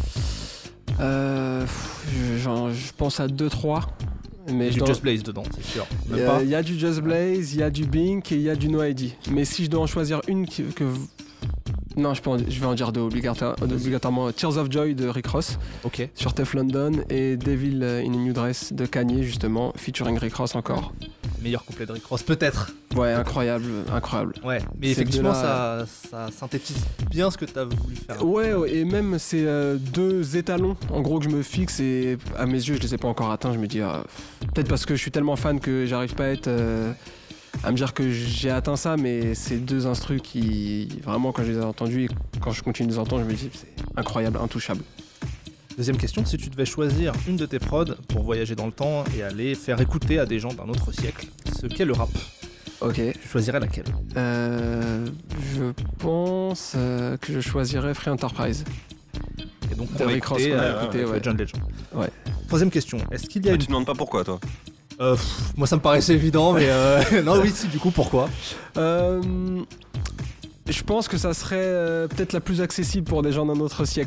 Euh, pff, je, j'en- je pense à deux trois. Mais Il y a je du dois- Just Blaze dedans, c'est sûr. Il Même y, a- pas il y a du Just Blaze, il y a du Bink et il y a du No I D. Mais si je dois en choisir une qui- que. vous- Non, je, peux en- je vais en dire deux obligata- obligatoirement. Tears of Joy de Rick Ross Ok. sur Tef London et Devil in a New Dress de Kanye, justement, featuring Rick Ross encore. Meilleur couplet de Rick Ross, peut-être. Ouais, incroyable, incroyable. Ouais, mais Ces effectivement, deux-là, ça, ça synthétise bien ce que tu as voulu faire. Ouais, ouais, et même c'est euh, deux étalons en gros que je me fixe et à mes yeux je les ai pas encore atteints. Je me dis ah, peut-être parce que je suis tellement fan que j'arrive pas à être euh, à me dire que j'ai atteint ça, mais c'est deux instrus qui vraiment quand je les ai entendus et quand je continue de les entendre, je me dis c'est incroyable, intouchable. Deuxième question, si tu devais choisir une de tes prods pour voyager dans le temps et aller faire écouter à des gens d'un autre siècle, ce qu'est le rap, Ok. tu choisirais laquelle? Euh, je pense euh, que je choisirais Free Enterprise. Et donc De on va Rick Ross, écouter, on a euh, écouté, avec ouais. John Legend. Ouais. Troisième question, est-ce qu'il y a Ah, une... tu te demandes pas pourquoi toi? Euh, pff, moi ça me paraissait évident, mais euh... non oui si, du coup pourquoi? Euh, je pense que ça serait euh, peut-être la plus accessible pour des gens d'un autre siècle.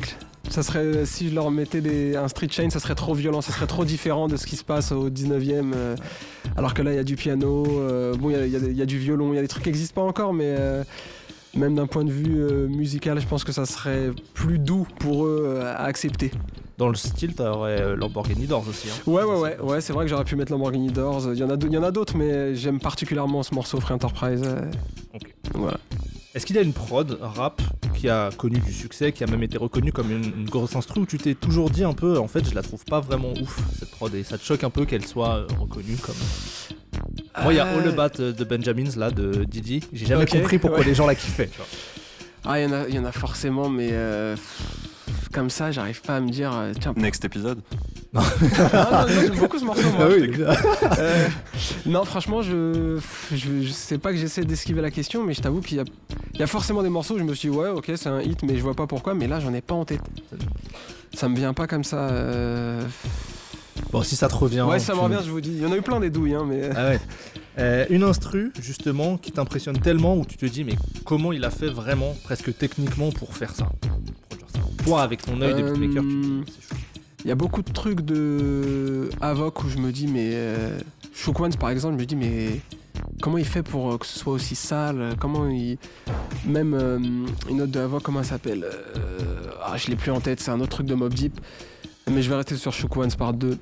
Ça serait, si je leur mettais des, un street chain, ça serait trop violent, ça serait trop différent de ce qui se passe au dix-neuvième. Euh, alors que là, il y a du piano, euh, bon, il y, y, y a du violon, il y a des trucs qui n'existent pas encore, mais euh, même d'un point de vue euh, musical, je pense que ça serait plus doux pour eux euh, à accepter. Dans le style, t'aurais Lamborghini Doors aussi. Hein. Ouais, ouais, ouais, ouais, c'est vrai que j'aurais pu mettre Lamborghini Doors. Il y en a, il y en a d'autres, mais j'aime particulièrement ce morceau Free Enterprise. Ok. Voilà. Est-ce qu'il y a une prod rap qui a connu du succès, qui a même été reconnue comme une, une grosse instru, où tu t'es toujours dit un peu, en fait, je la trouve pas vraiment ouf cette prod, et ça te choque un peu qu'elle soit euh, reconnue comme. Euh... Moi, il y a All About de Benjamins là de Didi. J'ai jamais okay, compris pourquoi ouais. les gens la kiffaient. Tu vois. Ah, il y en a, il y en a forcément, mais. Euh... Comme ça, j'arrive pas à me dire. Euh, tiens, Next épisode. Non, non, non, j'aime beaucoup ce morceau. Moi. Ah oui, euh, non, franchement, je, je, je sais pas que j'essaie d'esquiver la question, mais je t'avoue qu'il y a, il y a forcément des morceaux où je me suis dit, ouais, ok, c'est un hit, mais je vois pas pourquoi. Mais là, j'en ai pas en tête. Ça me vient pas comme ça. Euh... Bon, si ça te revient. Ouais, ça me revient, je vous dis. Il y en a eu plein des douilles, hein, mais. Ah ouais. Euh, une instru, justement, qui t'impressionne tellement, où tu te dis, mais comment il a fait vraiment, presque techniquement, pour faire ça, pour produire ça. Toi, avec ton œil de beatmaker, tu te dis, c'est chaud. Il y a beaucoup de trucs de Avoc où je me dis, mais. Euh... Shook Ones, par exemple, je me dis, mais. Comment il fait pour que ce soit aussi sale? Comment il. Même euh, une autre de Avoc, comment elle s'appelle euh... Ah, je l'ai plus en tête, c'est un autre truc de Mobb Deep. Mais je vais rester sur Shook Ones par deux.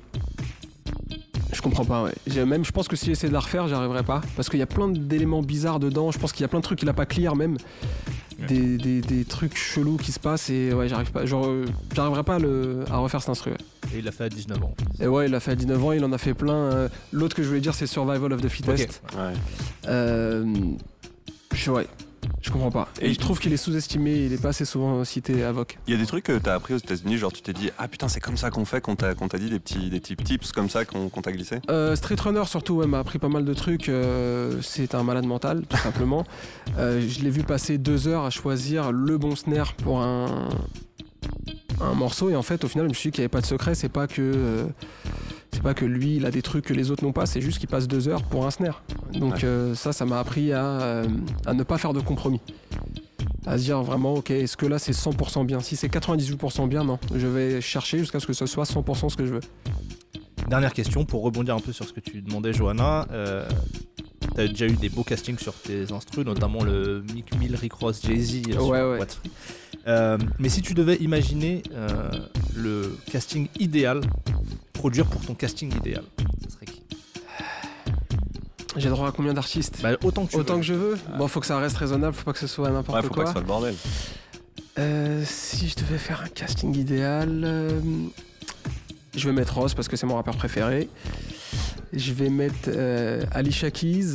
Je comprends pas, ouais. J'ai même, je pense que si j'essaie de la refaire, j'y arriverai pas. Parce qu'il y a plein d'éléments bizarres dedans. Je pense qu'il y a plein de trucs qu'il a pas clear même. Ouais. Des, des, des trucs chelous qui se passent et ouais, j'arrive pas. Genre, euh, j'arriverai pas à, le, à refaire cet instru. Ouais. Et il l'a fait à dix-neuf ans. Et ouais, il l'a fait à dix-neuf ans, il en a fait plein. Euh, l'autre que je voulais dire, c'est Survival of the Fittest. Okay. Ouais. Euh, je, ouais. Je comprends pas. Et, et je trouve qu'il est sous-estimé, il est pas assez souvent cité Avoc. Il y a des trucs que t'as appris aux États-Unis, genre tu t'es dit ah putain c'est comme ça qu'on fait, qu'on t'a, qu'on t'a dit des petits, des petits tips comme ça qu'on, qu'on t'a glissé. Euh, Street Runner surtout ouais, m'a appris pas mal de trucs. Euh, c'est un malade mental tout simplement. euh, je l'ai vu passer deux heures à choisir le bon snare pour un un morceau et en fait au final je me suis dit qu'il n'y avait pas de secret. C'est pas que euh, c'est pas que lui il a des trucs que les autres n'ont pas, c'est juste qu'il passe deux heures pour un snare. Donc ouais. euh, ça, ça m'a appris à, euh, à ne pas faire de compromis. À se dire vraiment, ok, est-ce que là c'est cent pour cent bien? Si c'est quatre-vingt-dix-huit pour cent bien, non. Je vais chercher jusqu'à ce que ce soit cent pour cent ce que je veux. Dernière question, pour rebondir un peu sur ce que tu demandais, Johanna. Euh, t'as déjà eu des beaux castings sur tes instrus, notamment le Meek Mill, Rick Ross, Jay-Z ouais, sur ouais. What's Free. Euh, mais si tu devais imaginer euh, le casting idéal, produire pour ton casting idéal, ça serait qui? J'ai droit à combien d'artistes? Bah, autant que tu Autant veux. que je veux. Ah. Bon, faut que ça reste raisonnable, faut pas que ce soit n'importe ouais, faut quoi. Faut pas que ce soit le bordel. Euh, si je devais faire un casting idéal, euh, je vais mettre Ross parce que c'est mon rappeur préféré. Je vais mettre euh, Alicia Keys.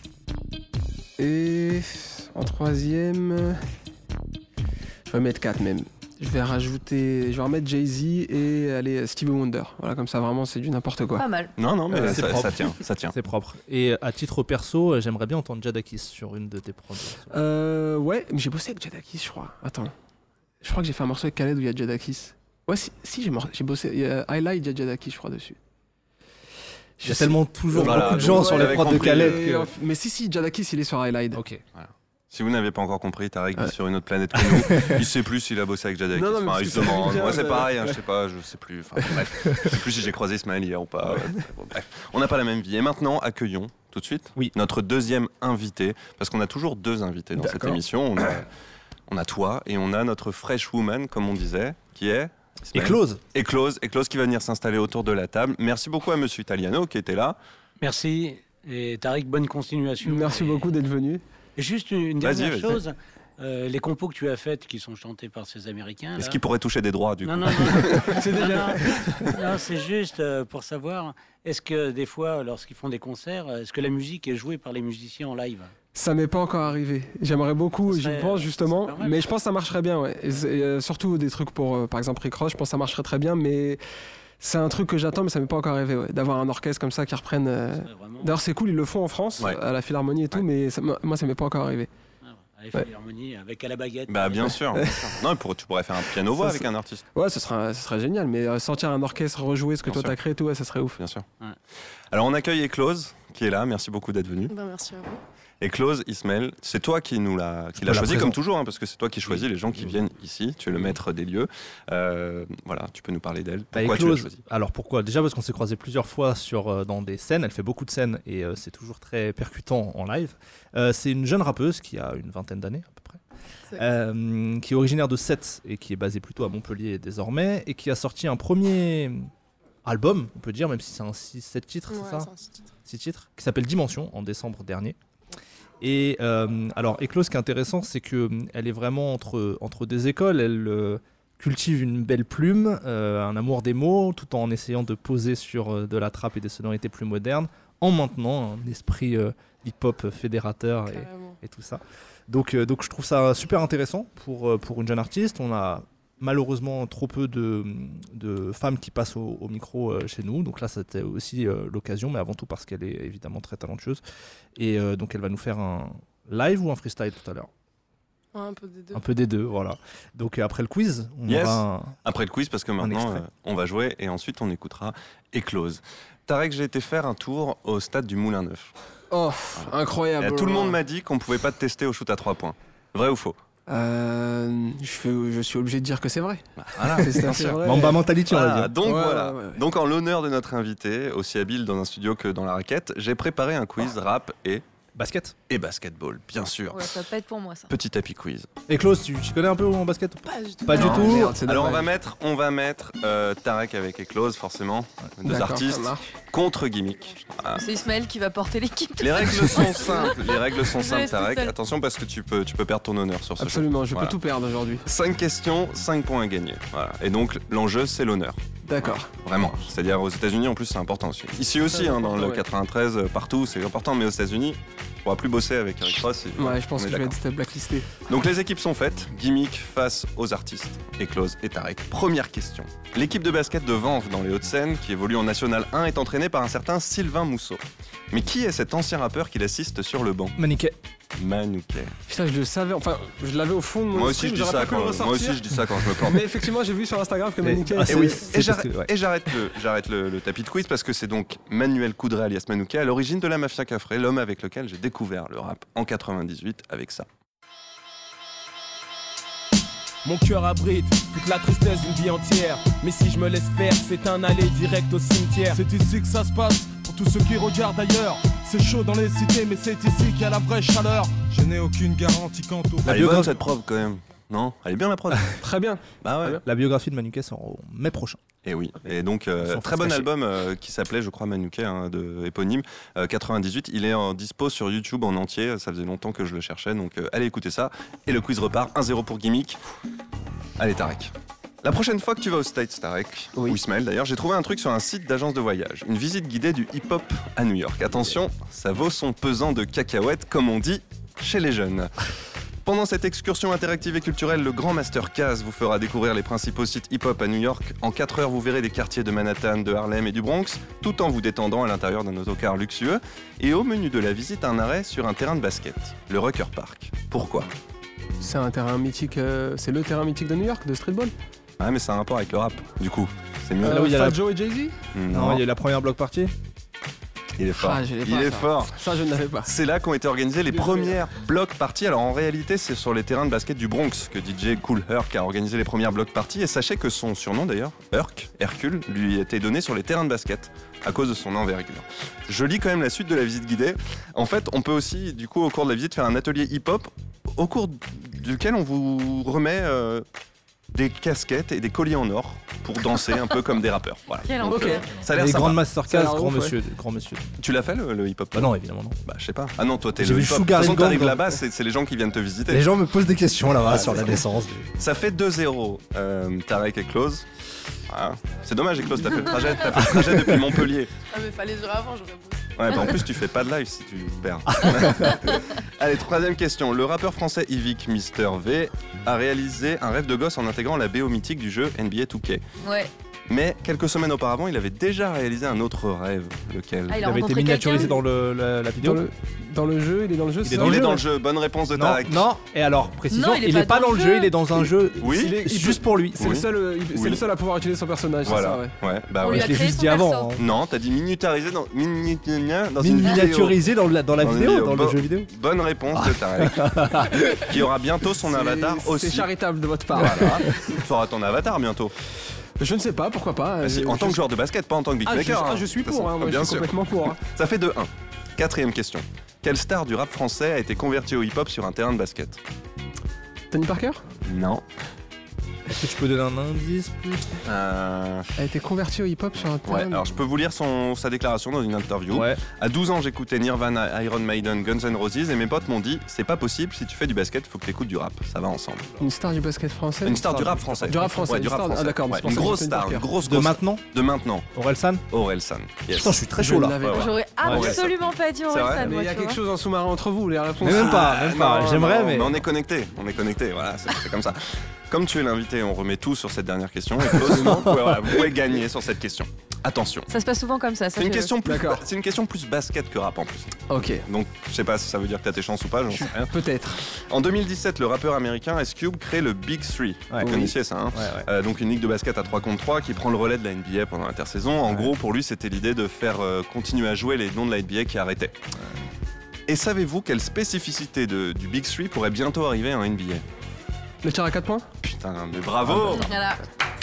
Et en troisième, je vais mettre quatre même. Je vais rajouter, je vais remettre Jay-Z et allez Stevie Wonder. Voilà, comme ça vraiment c'est du n'importe quoi. Pas mal. Non, non, mais euh, ça, ça tient, ça tient. C'est propre. Et à titre perso, j'aimerais bien entendre Jadakiss sur une de tes prods. Euh, ouais, mais j'ai bossé avec Jadakiss, je crois. Attends, je crois que j'ai fait un morceau avec Khaled où il y a Jadakiss. Ouais, si, si j'ai, j'ai bossé. Il y a Highlight, il y a Jadakiss, je crois dessus. Il y a tellement toujours voilà, beaucoup de gens ouais, sur les prods de Khaled. Que... Mais si, si, Jadakiss, il est sur Highlight. Ok. Voilà. Si vous n'avez pas encore compris, Tariq vit ouais. sur une autre planète que nous. Il sait plus s'il a bossé avec Jadakiss. Non, non, enfin, il se demande. Moi, c'est pareil, hein, je sais pas, je sais plus. Enfin, bref, je sais plus si j'ai croisé Ismaël hier ou pas. Bon, bref, on n'a pas la même vie. Et maintenant, accueillons tout de suite oui. notre deuxième invité, parce qu'on a toujours deux invités dans D'accord. cette émission. On a, on a toi et on a notre fresh woman, comme on disait, qui est Eclose. Eclose, Eclose qui va venir s'installer autour de la table. Merci beaucoup à Monsieur Italiano qui était là. Merci et Tariq, bonne continuation. Merci et... beaucoup d'être venu. Et juste une dernière vas-y, chose, euh, les compos que tu as faites qui sont chantés par ces Américains. Est-ce là... qu'ils pourraient toucher des droits du non, coup non, non, non. C'est déjà non, non, non, c'est juste euh, pour savoir, est-ce que des fois, lorsqu'ils font des concerts, est-ce que la musique est jouée par les musiciens en live? Ça m'est pas encore arrivé. J'aimerais beaucoup, serait, j'y pense justement, mais je pense que ça marcherait bien. Ouais. Et, et, euh, surtout des trucs pour, euh, par exemple, Rick Ross, je pense que ça marcherait très bien, mais c'est un truc que j'attends, mais ça m'est pas encore arrivé, ouais, d'avoir un orchestre comme ça qui reprenne. Euh... Vraiment... D'ailleurs, c'est cool, ils le font en France, ouais. à la Philharmonie et tout, ouais. mais ça, moi, ça m'est pas encore arrivé. À la Philharmonie, ouais. avec à la baguette. Bah bien sûr. Bien sûr. Non, pour, tu pourrais faire un piano-voix avec un artiste. Ouais, ce serait, ce serait génial, mais euh, sortir un orchestre, rejouer ce que bien toi t'as créé, tout, ouais, ça serait ouf. Bien sûr. Ouais. Alors on accueille Eclose qui est là. Merci beaucoup d'être venu. Ben, merci à vous. Et Close, Ismaël, c'est toi qui nous l'a, qui l'a choisi comme toujours, hein, parce que c'est toi qui choisis les gens qui viennent ici. Tu es le maître des lieux. Euh, voilà, tu peux nous parler d'elle. Pourquoi bah, tu l'as choisi ? Alors pourquoi ? Déjà parce qu'on s'est croisés plusieurs fois sur, euh, dans des scènes. Elle fait beaucoup de scènes et euh, c'est toujours très percutant en live. Euh, c'est une jeune rappeuse qui a une vingtaine d'années à peu près. Euh, qui est originaire de Sète et qui est basée plutôt à Montpellier désormais et qui a sorti un premier album, on peut dire, même si c'est un six sept titres, ouais, c'est ça c'est titres. six titres, qui s'appelle Dimension en décembre dernier. Et euh, alors Eclose, ce qui est intéressant, c'est qu'elle est vraiment entre, entre des écoles. Elle euh, cultive une belle plume, euh, un amour des mots, tout en essayant de poser sur euh, de la trappe et des sonorités plus modernes, en maintenant un esprit euh, hip-hop fédérateur et, et tout ça. Donc, euh, donc je trouve ça super intéressant pour, euh, pour une jeune artiste. On a malheureusement trop peu de, de femmes qui passent au, au micro euh, chez nous. Donc là, c'était aussi euh, l'occasion, mais avant tout parce qu'elle est évidemment très talentueuse. Et euh, donc, elle va nous faire un live ou un freestyle tout à l'heure ? Un peu des deux. Un peu des deux, voilà. Donc euh, après le quiz, on yes. aura un, après le quiz, parce que maintenant, euh, on va jouer et ensuite on écoutera Eclose. Tarek, j'ai été faire un tour au stade du Moulin Neuf. Oh, voilà. Incroyable. Et tout le monde m'a dit qu'on pouvait pas te tester au shoot à trois points. Vrai ou faux ? Euh, je, fais, je suis obligé de dire que c'est vrai. Voilà, c'est c'est vrai. Mamba mentality, voilà, on va dire. Donc ouais, voilà. Ouais, ouais. Donc en l'honneur de notre invité, aussi habile dans un studio que dans la raquette, j'ai préparé un quiz rap et basket et basketball, bien sûr. Ouais, ça va pas être pour moi ça. Petit tapis quiz. Et Klaus, tu, tu connais un peu en basket ? Pas du tout. Pas non, du tout. Merde, Alors on va mettre, on va mettre euh, Tarek avec Eclose, forcément, deux D'accord, artistes contre Gimmick. Voilà. C'est Ismaël qui va porter l'équipe. Les règles sont simples. Les règles sont Je simples, reste Tarek. seule. Attention parce que tu peux, tu peux perdre ton honneur sur ce Absolument, jeu. je Voilà. peux tout perdre aujourd'hui. cinq questions, cinq points à gagner. Voilà. Et donc l'enjeu c'est l'honneur. D'accord. Vraiment. C'est-à-dire aux États-Unis en plus c'est important aussi. Ici aussi, hein, dans le ouais. quatre-vingt-treize, partout c'est important, mais aux États-Unis, on pourra plus bosser avec Eric Ross. Et, Ouais, je pense on est que je vais d'accord. être blacklisté. Donc les équipes sont faites. Gimmick face aux artistes. Eclose et Tarek. Première question. L'équipe de basket de Vanves dans les Hauts-de-Seine, qui évolue en National un, est entraînée par un certain Sylvain Mousseau. Mais qui est cet ancien rappeur qui l'assiste sur le banc ? Maniquet. Manouquet. Putain, je le savais, enfin, je l'avais au fond de mon Moi aussi, esprit, je mais dis j'aurais ça pas pu le quand, moi ressortir. aussi je dis ça quand je me plante. Mais effectivement, j'ai vu sur Instagram que Et- Maniquet. ah, Et c'est- oui, c'est et, parce j'arrête, que- ouais. et j'arrête, le, j'arrête le, le tapis de quiz parce que c'est donc Manuel Coudray alias Manouquet à l'origine de la Mafia Cafré, l'homme avec lequel j'ai découvert le rap en quatre-vingt-dix-huit avec ça. Mon cœur abrite toute la tristesse d'une vie entière. Mais si je me laisse faire, c'est un aller direct au cimetière. C'est ici que ça se passe, pour tous ceux qui regardent ailleurs. C'est chaud dans les cités, mais c'est ici qu'il y a la vraie chaleur. Je n'ai aucune garantie quant au... Elle est bonne cette prod quand même, non ? Elle est bien la prod. Très bien. Bah ouais. La biographie de Maniquet sort en mai prochain. Et oui, et donc euh, Sans très se bon cacher. album euh, qui s'appelait, je crois, Manouquet, hein, de éponyme, euh, quatre-vingt-dix-huit. Il est en dispo sur YouTube en entier. Ça faisait longtemps que je le cherchais, donc euh, allez écouter ça. Et le quiz repart, un zéro pour Gimmick. Allez Tarek. La prochaine fois que tu vas aux States, Tarek, Oui. ou Ismaël d'ailleurs, j'ai trouvé un truc sur un site d'agence de voyage. Une visite guidée du hip-hop à New York. Attention, ça vaut son pesant de cacahuètes, comme on dit chez les jeunes. Pendant cette excursion interactive et culturelle, le Grand Master Caz vous fera découvrir les principaux sites hip-hop à New York. En quatre heures, vous verrez des quartiers de Manhattan, de Harlem et du Bronx, tout en vous détendant à l'intérieur d'un autocar luxueux. Et au menu de la visite, un arrêt sur un terrain de basket, le Rucker Park. Pourquoi ? C'est un terrain mythique, euh, c'est le terrain mythique de New York, de streetball. Ah mais c'est un rapport avec le rap, du coup. C'est mieux. Euh, là où il y a Fat la- Joe et Jay-Z. Non, il y a eu la première block party. Il est fort. Ah, je l'ai il pas, est ça. fort. Ça, je ne l'avais pas. C'est là qu'ont été organisées les Désolé. premières block parties. Alors en réalité, c'est sur les terrains de basket du Bronx que D J Kool Herc a organisé les premières block parties. Et sachez que son surnom d'ailleurs, Herc, Hercule, lui a été donné sur les terrains de basket à cause de son envergure. Je lis quand même la suite de la visite guidée. En fait, on peut aussi, du coup, au cours de la visite, faire un atelier hip-hop au cours duquel on vous remet euh, des casquettes et des colliers en or pour danser un peu comme des rappeurs. Voilà. Quel Donc, enfer. euh, ça a l'air Les sympa. grandes Ça a masterclass, l'air grand ouf, monsieur, grand monsieur. Tu l'as fait le, le hip-hop Bah non, évidemment non. Bah je sais pas. Ah non, toi t'es J'ai le vu hip-hop. De Sugar toute façon, Hill t'arrives Gang. là-bas, c'est c'est les gens qui viennent te visiter. Les gens me posent des questions là-bas Ah, sur la c'est naissance. Ça fait deux zéro. Euh, Tarek et Close. Ah, c'est dommage, Eclose, t'as fait le trajet, t'as fait le trajet depuis Montpellier. Ah, mais fallait durer avant, j'aurais bossé. Ouais, bah en plus tu fais pas de live si tu perds. Allez, troisième question. Le rappeur français Yvick Mister V a réalisé un rêve de gosse en intégrant la B O mythique du jeu N B A deux K. Ouais. Mais quelques semaines auparavant, il avait déjà réalisé un autre rêve, lequel Ah, Il avait été miniaturisé quelqu'un dans le, la, la vidéo. Dans le, dans le jeu, il est dans le jeu. Il c'est est ça dans Il le est jeu, dans ouais. le jeu, bonne réponse de Non, Tarek. non, et alors, précision, Non, il est il pas est pas dans dans le le jeu, jeu. il est dans un jeu. Oui. Il est- C'est il juste pour lui. C'est Oui. le seul, euh, il- c'est Oui. le seul à pouvoir utiliser son personnage. c'est Voilà, ça, ouais. ouais, bah On ouais. lui a Je l'ai créé juste son dit perso. avant. hein. Non, t'as dit miniaturisé dans, mini- dans une vidéo. Miniaturisé dans la, dans la Dans une vidéo, vidéo. dans Bon. le jeu vidéo. Bonne réponse de Tarek, qui aura bientôt son C'est- avatar C'est aussi. charitable de votre part. Voilà, tu auras ton avatar bientôt. Je ne sais pas, pourquoi pas. Ah, si, euh, en je- tant que joueur de basket, pas en tant que Ah, je, beatmaker. ah, hein. je suis C'est pour, ça. hein, moi, Bien je suis sûr. complètement pour. hein. Ça fait deux un. Quatrième question. Quelle star du rap français a été convertie au hip-hop sur un terrain de basket? Tony Parker Non. Est-ce que tu peux donner un indice plus Euh... a été converti au hip-hop sur un terrain. Ouais, alors je peux vous lire son, sa déclaration dans une interview. Ouais. À douze ans, j'écoutais Nirvana, Iron Maiden, Guns N' Roses et mes potes m'ont dit c'est pas possible, si tu fais du basket, faut que t'écoutes du rap, ça va ensemble. Une star du basket français. Une star du rap français. Du rap français. Ouais, du une rap star- français. Ah d'accord. mais Ouais, c'est pour une ça que grosse j'ai star, Tony une Parker. grosse De grosse- maintenant De maintenant. Orelsan Orelsan. Yes. Putain, je suis très Je chaud là. l'avais Ouais, pas. ouais. J'aurais Ah ouais, absolument pas dit C'est vrai Orelsan, Mais moi, il y a tu quelque vois. chose en sous-marin entre vous, les réponses. Mais même pas, même pas. Non, J'aimerais, non, mais. on est connecté, on est connecté, voilà, c'est c'est comme ça. Comme tu es l'invité, on remet tout sur cette dernière question. Et Klaus, vous, pouvez, voilà, vous pouvez gagner sur cette question. Attention. Ça se passe souvent comme ça. C'est une, sachez-le. question plus, D'accord. c'est une question plus basket que rap en plus. Ok. Donc je sais pas si ça veut dire que t'as tes chances ou pas, j'en sais rien. Peut-être. En deux mille dix-sept, le rappeur américain Ice Cube crée le Big Three. Ouais. Vous connaissiez ça, hein Ouais, ouais. Euh, donc une ligue de basket à trois contre trois qui prend le relais de la N B A pendant l'intersaison. En Ouais. gros, pour lui, c'était l'idée de faire euh, continuer à jouer les noms de la N B A qui arrêtaient. Et savez-vous quelle spécificité de- du Big Three pourrait bientôt arriver en N B A? Le tir à quatre points. Putain, mais bravo! Voilà.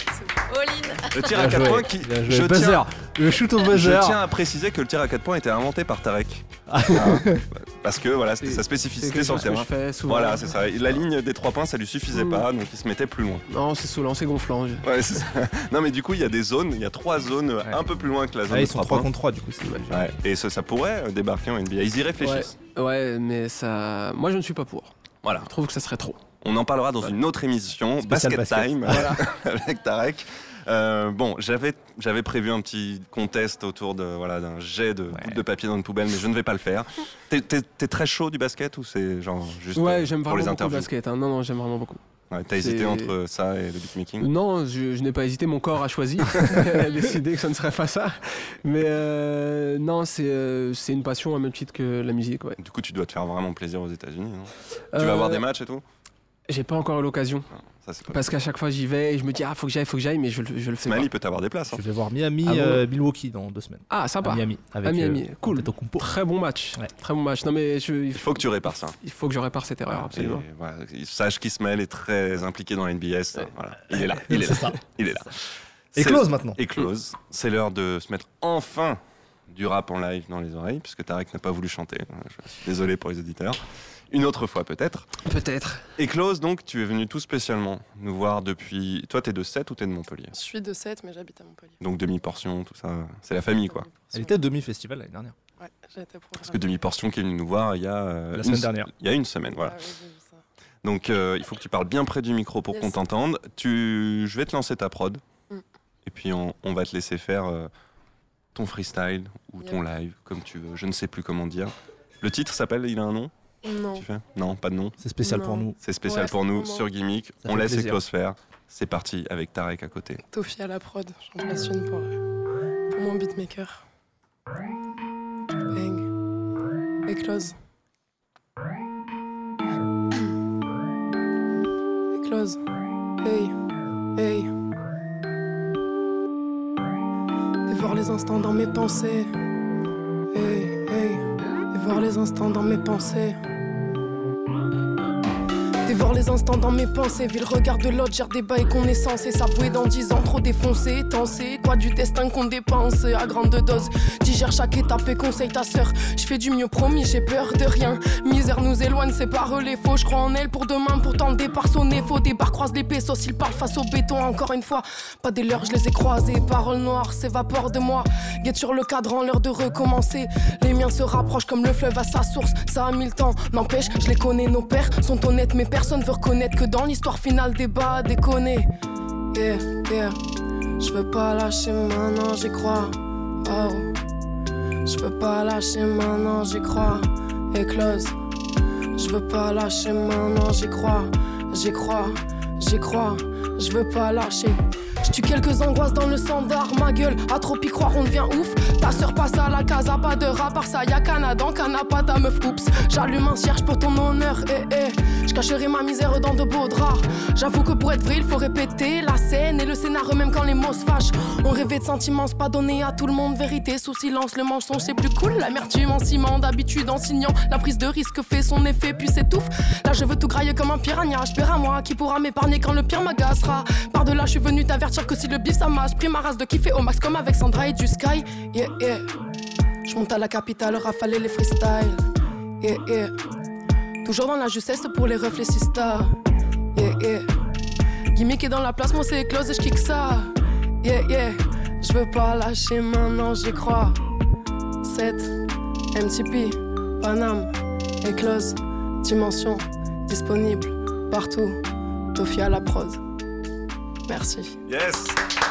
All-in. Le tir à Bien quatre joué. points qui. Bien joué. Je Buzzer. tiens, Le shoot au je buzzer. tiens à préciser que le tir à quatre points était inventé par Tarek. Ah. Hein, parce que voilà, c'était C'est- sa C'est spécificité quelque sur le chose que terrain. je fais souvent. Voilà, c'est ça. La ligne des trois points, ça lui suffisait Mm. pas, donc il se mettait plus loin. Non, c'est saoulant, c'est gonflant. Ouais, c'est ça. Non, mais du coup, il y a des zones, il y a trois zones euh, un peu plus loin que la zone Ah, de ils sont trois trois points. contre trois du coup. c'est mal. Ouais, et ça, ça pourrait euh, débarquer en N B A. Ils y Ouais, réfléchissent. ouais, mais ça. Moi, je ne suis pas pour. Voilà. Je trouve que ça serait trop. On en parlera dans une autre émission, Spécial Basket, basket. Time, avec Tarek. Euh, bon, j'avais j'avais prévu un petit contest autour de voilà d'un jet de gouttes de papier dans une poubelle, mais je ne vais pas le faire. T'es, t'es- t'es très chaud du basket ou c'est genre juste Ouais, euh, j'aime pour vraiment les beaucoup le interviews? basket. hein. Non, non, j'aime vraiment beaucoup. Ouais, t'as hésité C'est- entre ça et le beatmaking? Non, je, je n'ai pas hésité, mon corps a choisi, a décidé que ce ne serait pas ça. Mais euh, non, c'est euh, c'est une passion à même titre que la musique. Ouais. Du coup, tu dois te faire vraiment plaisir aux États-Unis, non? Tu Euh, vas avoir des matchs et tout? J'ai pas encore eu l'occasion. Non, ça c'est pas. Parce qu'à chaque fois j'y vais et je me dis, ah, faut que j'aille, faut que j'aille, mais je, le- je le fais Smiley pas. peut t'avoir des places. Hein. Je vais voir Miami, Ah bon euh, Milwaukee dans deux semaines. Ah, sympa. À Miami. Avec, À Miami, euh, cool. Antetokounmpo. Très bon match. Ouais. Très bon match. Non, mais je, il, Il faut que tu répares ça. il faut que je répare cette erreur, absolument. Et voilà, sache qu'Ismaël est très impliqué dans la N B S. ça, voilà. Il est là, il est C'est là, ça. il est là. Et C'est- close maintenant. Et close. C'est l'heure de se mettre enfin du rap en live dans les oreilles, puisque Tarek n'a pas voulu chanter. Je suis désolé pour les auditeurs. Une autre fois peut-être. Peut-être. Et close, donc, tu es venu tout spécialement nous voir depuis. Toi, t'es de Sète ou t'es de Montpellier? Je suis de Sète, mais j'habite à Montpellier. Donc demi-portion, tout ça. C'est la famille, quoi. Elle était demi-festival l'année dernière. Ouais, j'ai été pour Parce que demi-portion qui est venu nous voir il y a. euh, La une semaine se- dernière. Il y a une semaine, voilà. Ah oui, j'ai vu ça. Donc euh, il faut que tu parles bien près du micro pour Yes. qu'on t'entende. Tu... Je vais te lancer ta prod. Mm. Et puis on, on va te laisser faire euh, ton freestyle ou Yep. ton live, comme tu veux. Je ne sais plus comment dire. Le titre s'appelle, il a un nom? Non. Tu fais? Non, pas de nom. C'est spécial Non. pour nous. C'est spécial Ouais, pour nous vraiment. sur Gimmick. Ça On fait laisse plaisir. Eclose faire. C'est parti avec Tarek à côté. Tofi à la prod, j'en place une pour, euh, pour mon beatmaker. Bang. Éclose. Éclose. Hey. Hey. Dévore les instants dans mes pensées. Hey, hey. Dévore les instants dans mes pensées. Dévore les instants dans mes pensées. Vis le regard de l'autre, gère des bails qu'on est censé s'avouer dans dix ans. Trop défoncé, tensé. Quoi du destin qu'on dépense à grande dose. Digère chaque étape et conseille ta sœur. Je fais du mieux, promis, j'ai peur de rien. Misère nous éloigne, sépare les faux. Je crois en elle pour demain, pourtant le départ sonné faux. Des barres croisent les pesos, ils parlent face au béton. Encore une fois, pas des leurs, je les ai croisés. Paroles noires s'évaporent de moi. Guette sur le cadran, l'heure de recommencer. Les miens se rapprochent comme le fleuve à sa source. Ça a mis le temps, n'empêche, je les connais. Nos pères sont honnêtes, mais personne veut reconnaître que dans l'histoire finale des bas déconner. Yeah, yeah. Je veux pas lâcher maintenant, j'y crois. Oh. Je veux pas lâcher maintenant, j'y crois. Éclose. Je veux pas lâcher maintenant, j'y crois. J'y crois, j'y crois. Je veux pas lâcher. J'tue quelques angoisses dans le standard, ma gueule, à trop y croire on devient ouf. Ta sœur passe à la casa, pas de rap, par ça y'a Canada, canapa ta meuf, oups. J'allume un cierge pour ton honneur, eh eh. J'cacherai ma misère dans de beaux draps. J'avoue que pour être vrai il faut répéter la scène et le scénario même quand les mots se fâchent. On rêvait de sentiments, c'est pas donné à tout le monde. Vérité sous silence, le mensonge c'est plus cool. L'amertume en ciment, d'habitude en signant. La prise de risque fait son effet puis s'étouffe. Là je veux tout grailler comme un piranha. J'père à moi qui pourra m'épargner quand le pire m'agacera. Par de là je suis venu t'avertir que si le bif ça mâche. Pris ma race de kiffer au max comme avec Sandra et du Sky. Yeah yeah. J'monte à la capitale, rafaler les freestyles. Yeah yeah. Toujours dans la justesse pour les reflets sista. Yeah yeah. Gimmick est dans la place, moi c'est close et j'kick ça. Yeah yeah. J'veux pas lâcher maintenant, j'y crois. sept M T P, Paname, Éclose, Dimension, disponible partout. Tofi à la prod. Merci. Yes.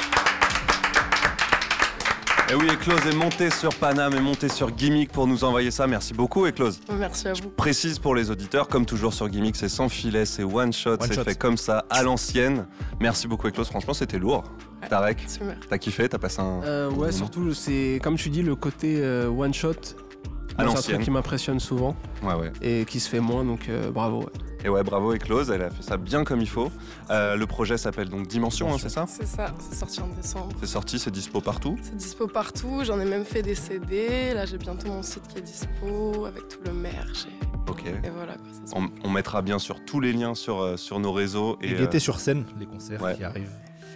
Et oui, Éclose est monté sur Paname et monté sur Gimmick pour nous envoyer ça. Merci beaucoup, Éclose. Merci à vous. Je précise pour les auditeurs, comme toujours sur Gimmick, c'est sans filet, c'est one shot, One c'est shot. fait comme ça, à l'ancienne. Merci beaucoup, Éclose. Franchement, c'était lourd. Ouais, Tarek, super. t'as kiffé, t'as passé un. Euh, ouais, surtout, c'est comme tu dis, le côté euh, one shot. À Moi, c'est un l'ancienne. truc qui m'impressionne souvent Ouais, ouais. et qui se fait moins, donc euh, bravo. Ouais. Et ouais, bravo, Éclose, elle a fait ça bien comme il faut. Euh, le projet s'appelle donc Dimension, hein, c'est ça? C'est ça, c'est sorti en décembre. C'est sorti, c'est dispo partout. C'est dispo partout, j'en ai même fait des C D. Là j'ai bientôt mon site qui est dispo avec tout le merch. Et, Ok. et voilà quoi. Ça se On, on mettra bien sûr tous les liens sur, euh, sur nos réseaux. Et Et, l'été euh, sur scène, les concerts ouais. qui arrivent.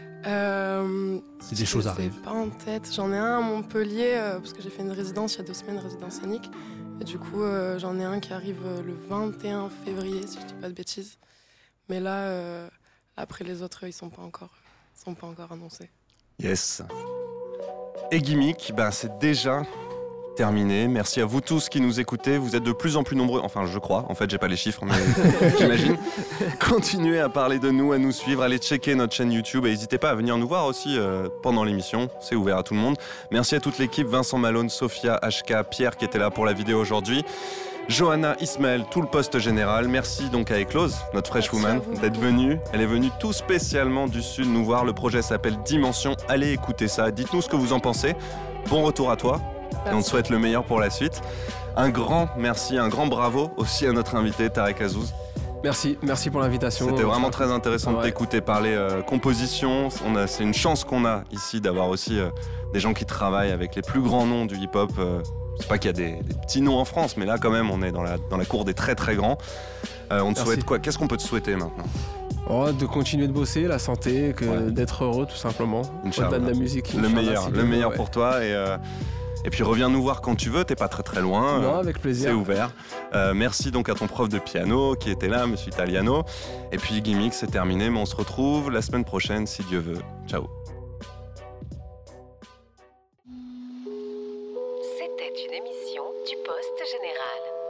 Euh, Si des choses je arrivent. sais pas en tête. J'en ai un à Montpellier euh, parce que j'ai fait une résidence il y a deux semaines, résidence scénique. Et du coup, euh, j'en ai un qui arrive euh, le vingt et un février, si je dis pas de bêtises. Mais là, euh, après les autres, ils sont pas encore, ils sont pas encore annoncés. Yes. Et Gimmick, ben, c'est déjà terminé. Merci à vous tous qui nous écoutez. Vous êtes de plus en plus nombreux. Enfin, je crois. En fait, j'ai pas les chiffres, mais j'imagine. Continuez à parler de nous, à nous suivre. Allez checker notre chaîne YouTube et n'hésitez pas à venir nous voir aussi euh, pendant l'émission. C'est ouvert à tout le monde. Merci à toute l'équipe. Vincent Malone, Sophia, H K, Pierre qui était là pour la vidéo aujourd'hui. Johanna, Ismaël, tout le poste général. Merci donc à Éclose, notre fresh Merci à woman, vous. d'être venue. Elle est venue tout spécialement du Sud nous voir. Le projet s'appelle Dimension. Allez écouter ça. Dites-nous ce que vous en pensez. Bon retour à toi. Et on te souhaite le meilleur pour la suite. Un grand merci, un grand bravo aussi à notre invité Tarek Azzouz. Merci, merci pour l'invitation. C'était vraiment très intéressant de Ouais. t'écouter parler euh, composition. On a, c'est une chance qu'on a ici d'avoir aussi euh, des gens qui travaillent avec les plus grands noms du hip-hop. Euh, c'est pas qu'il y a des, des petits noms en France, mais là quand même on est dans la, dans la cour des très très grands. Euh, on te Merci. souhaite quoi? Qu'est-ce qu'on peut te souhaiter maintenant? Oh, de continuer de bosser, la santé, que Ouais. d'être heureux tout simplement. Inch'Allah. Au-delà de la musique. Le Inch'Allah, meilleur, si le Dieu veut, meilleur ouais. pour toi. Et, euh, et puis reviens nous voir quand tu veux, t'es pas très très loin. Non, Euh, avec plaisir. C'est ouvert. Euh, merci donc à ton prof de piano qui était là, Monsieur Italiano. Et puis Gimmick, c'est terminé, mais on se retrouve la semaine prochaine si Dieu veut. Ciao. C'était une émission du Poste Général.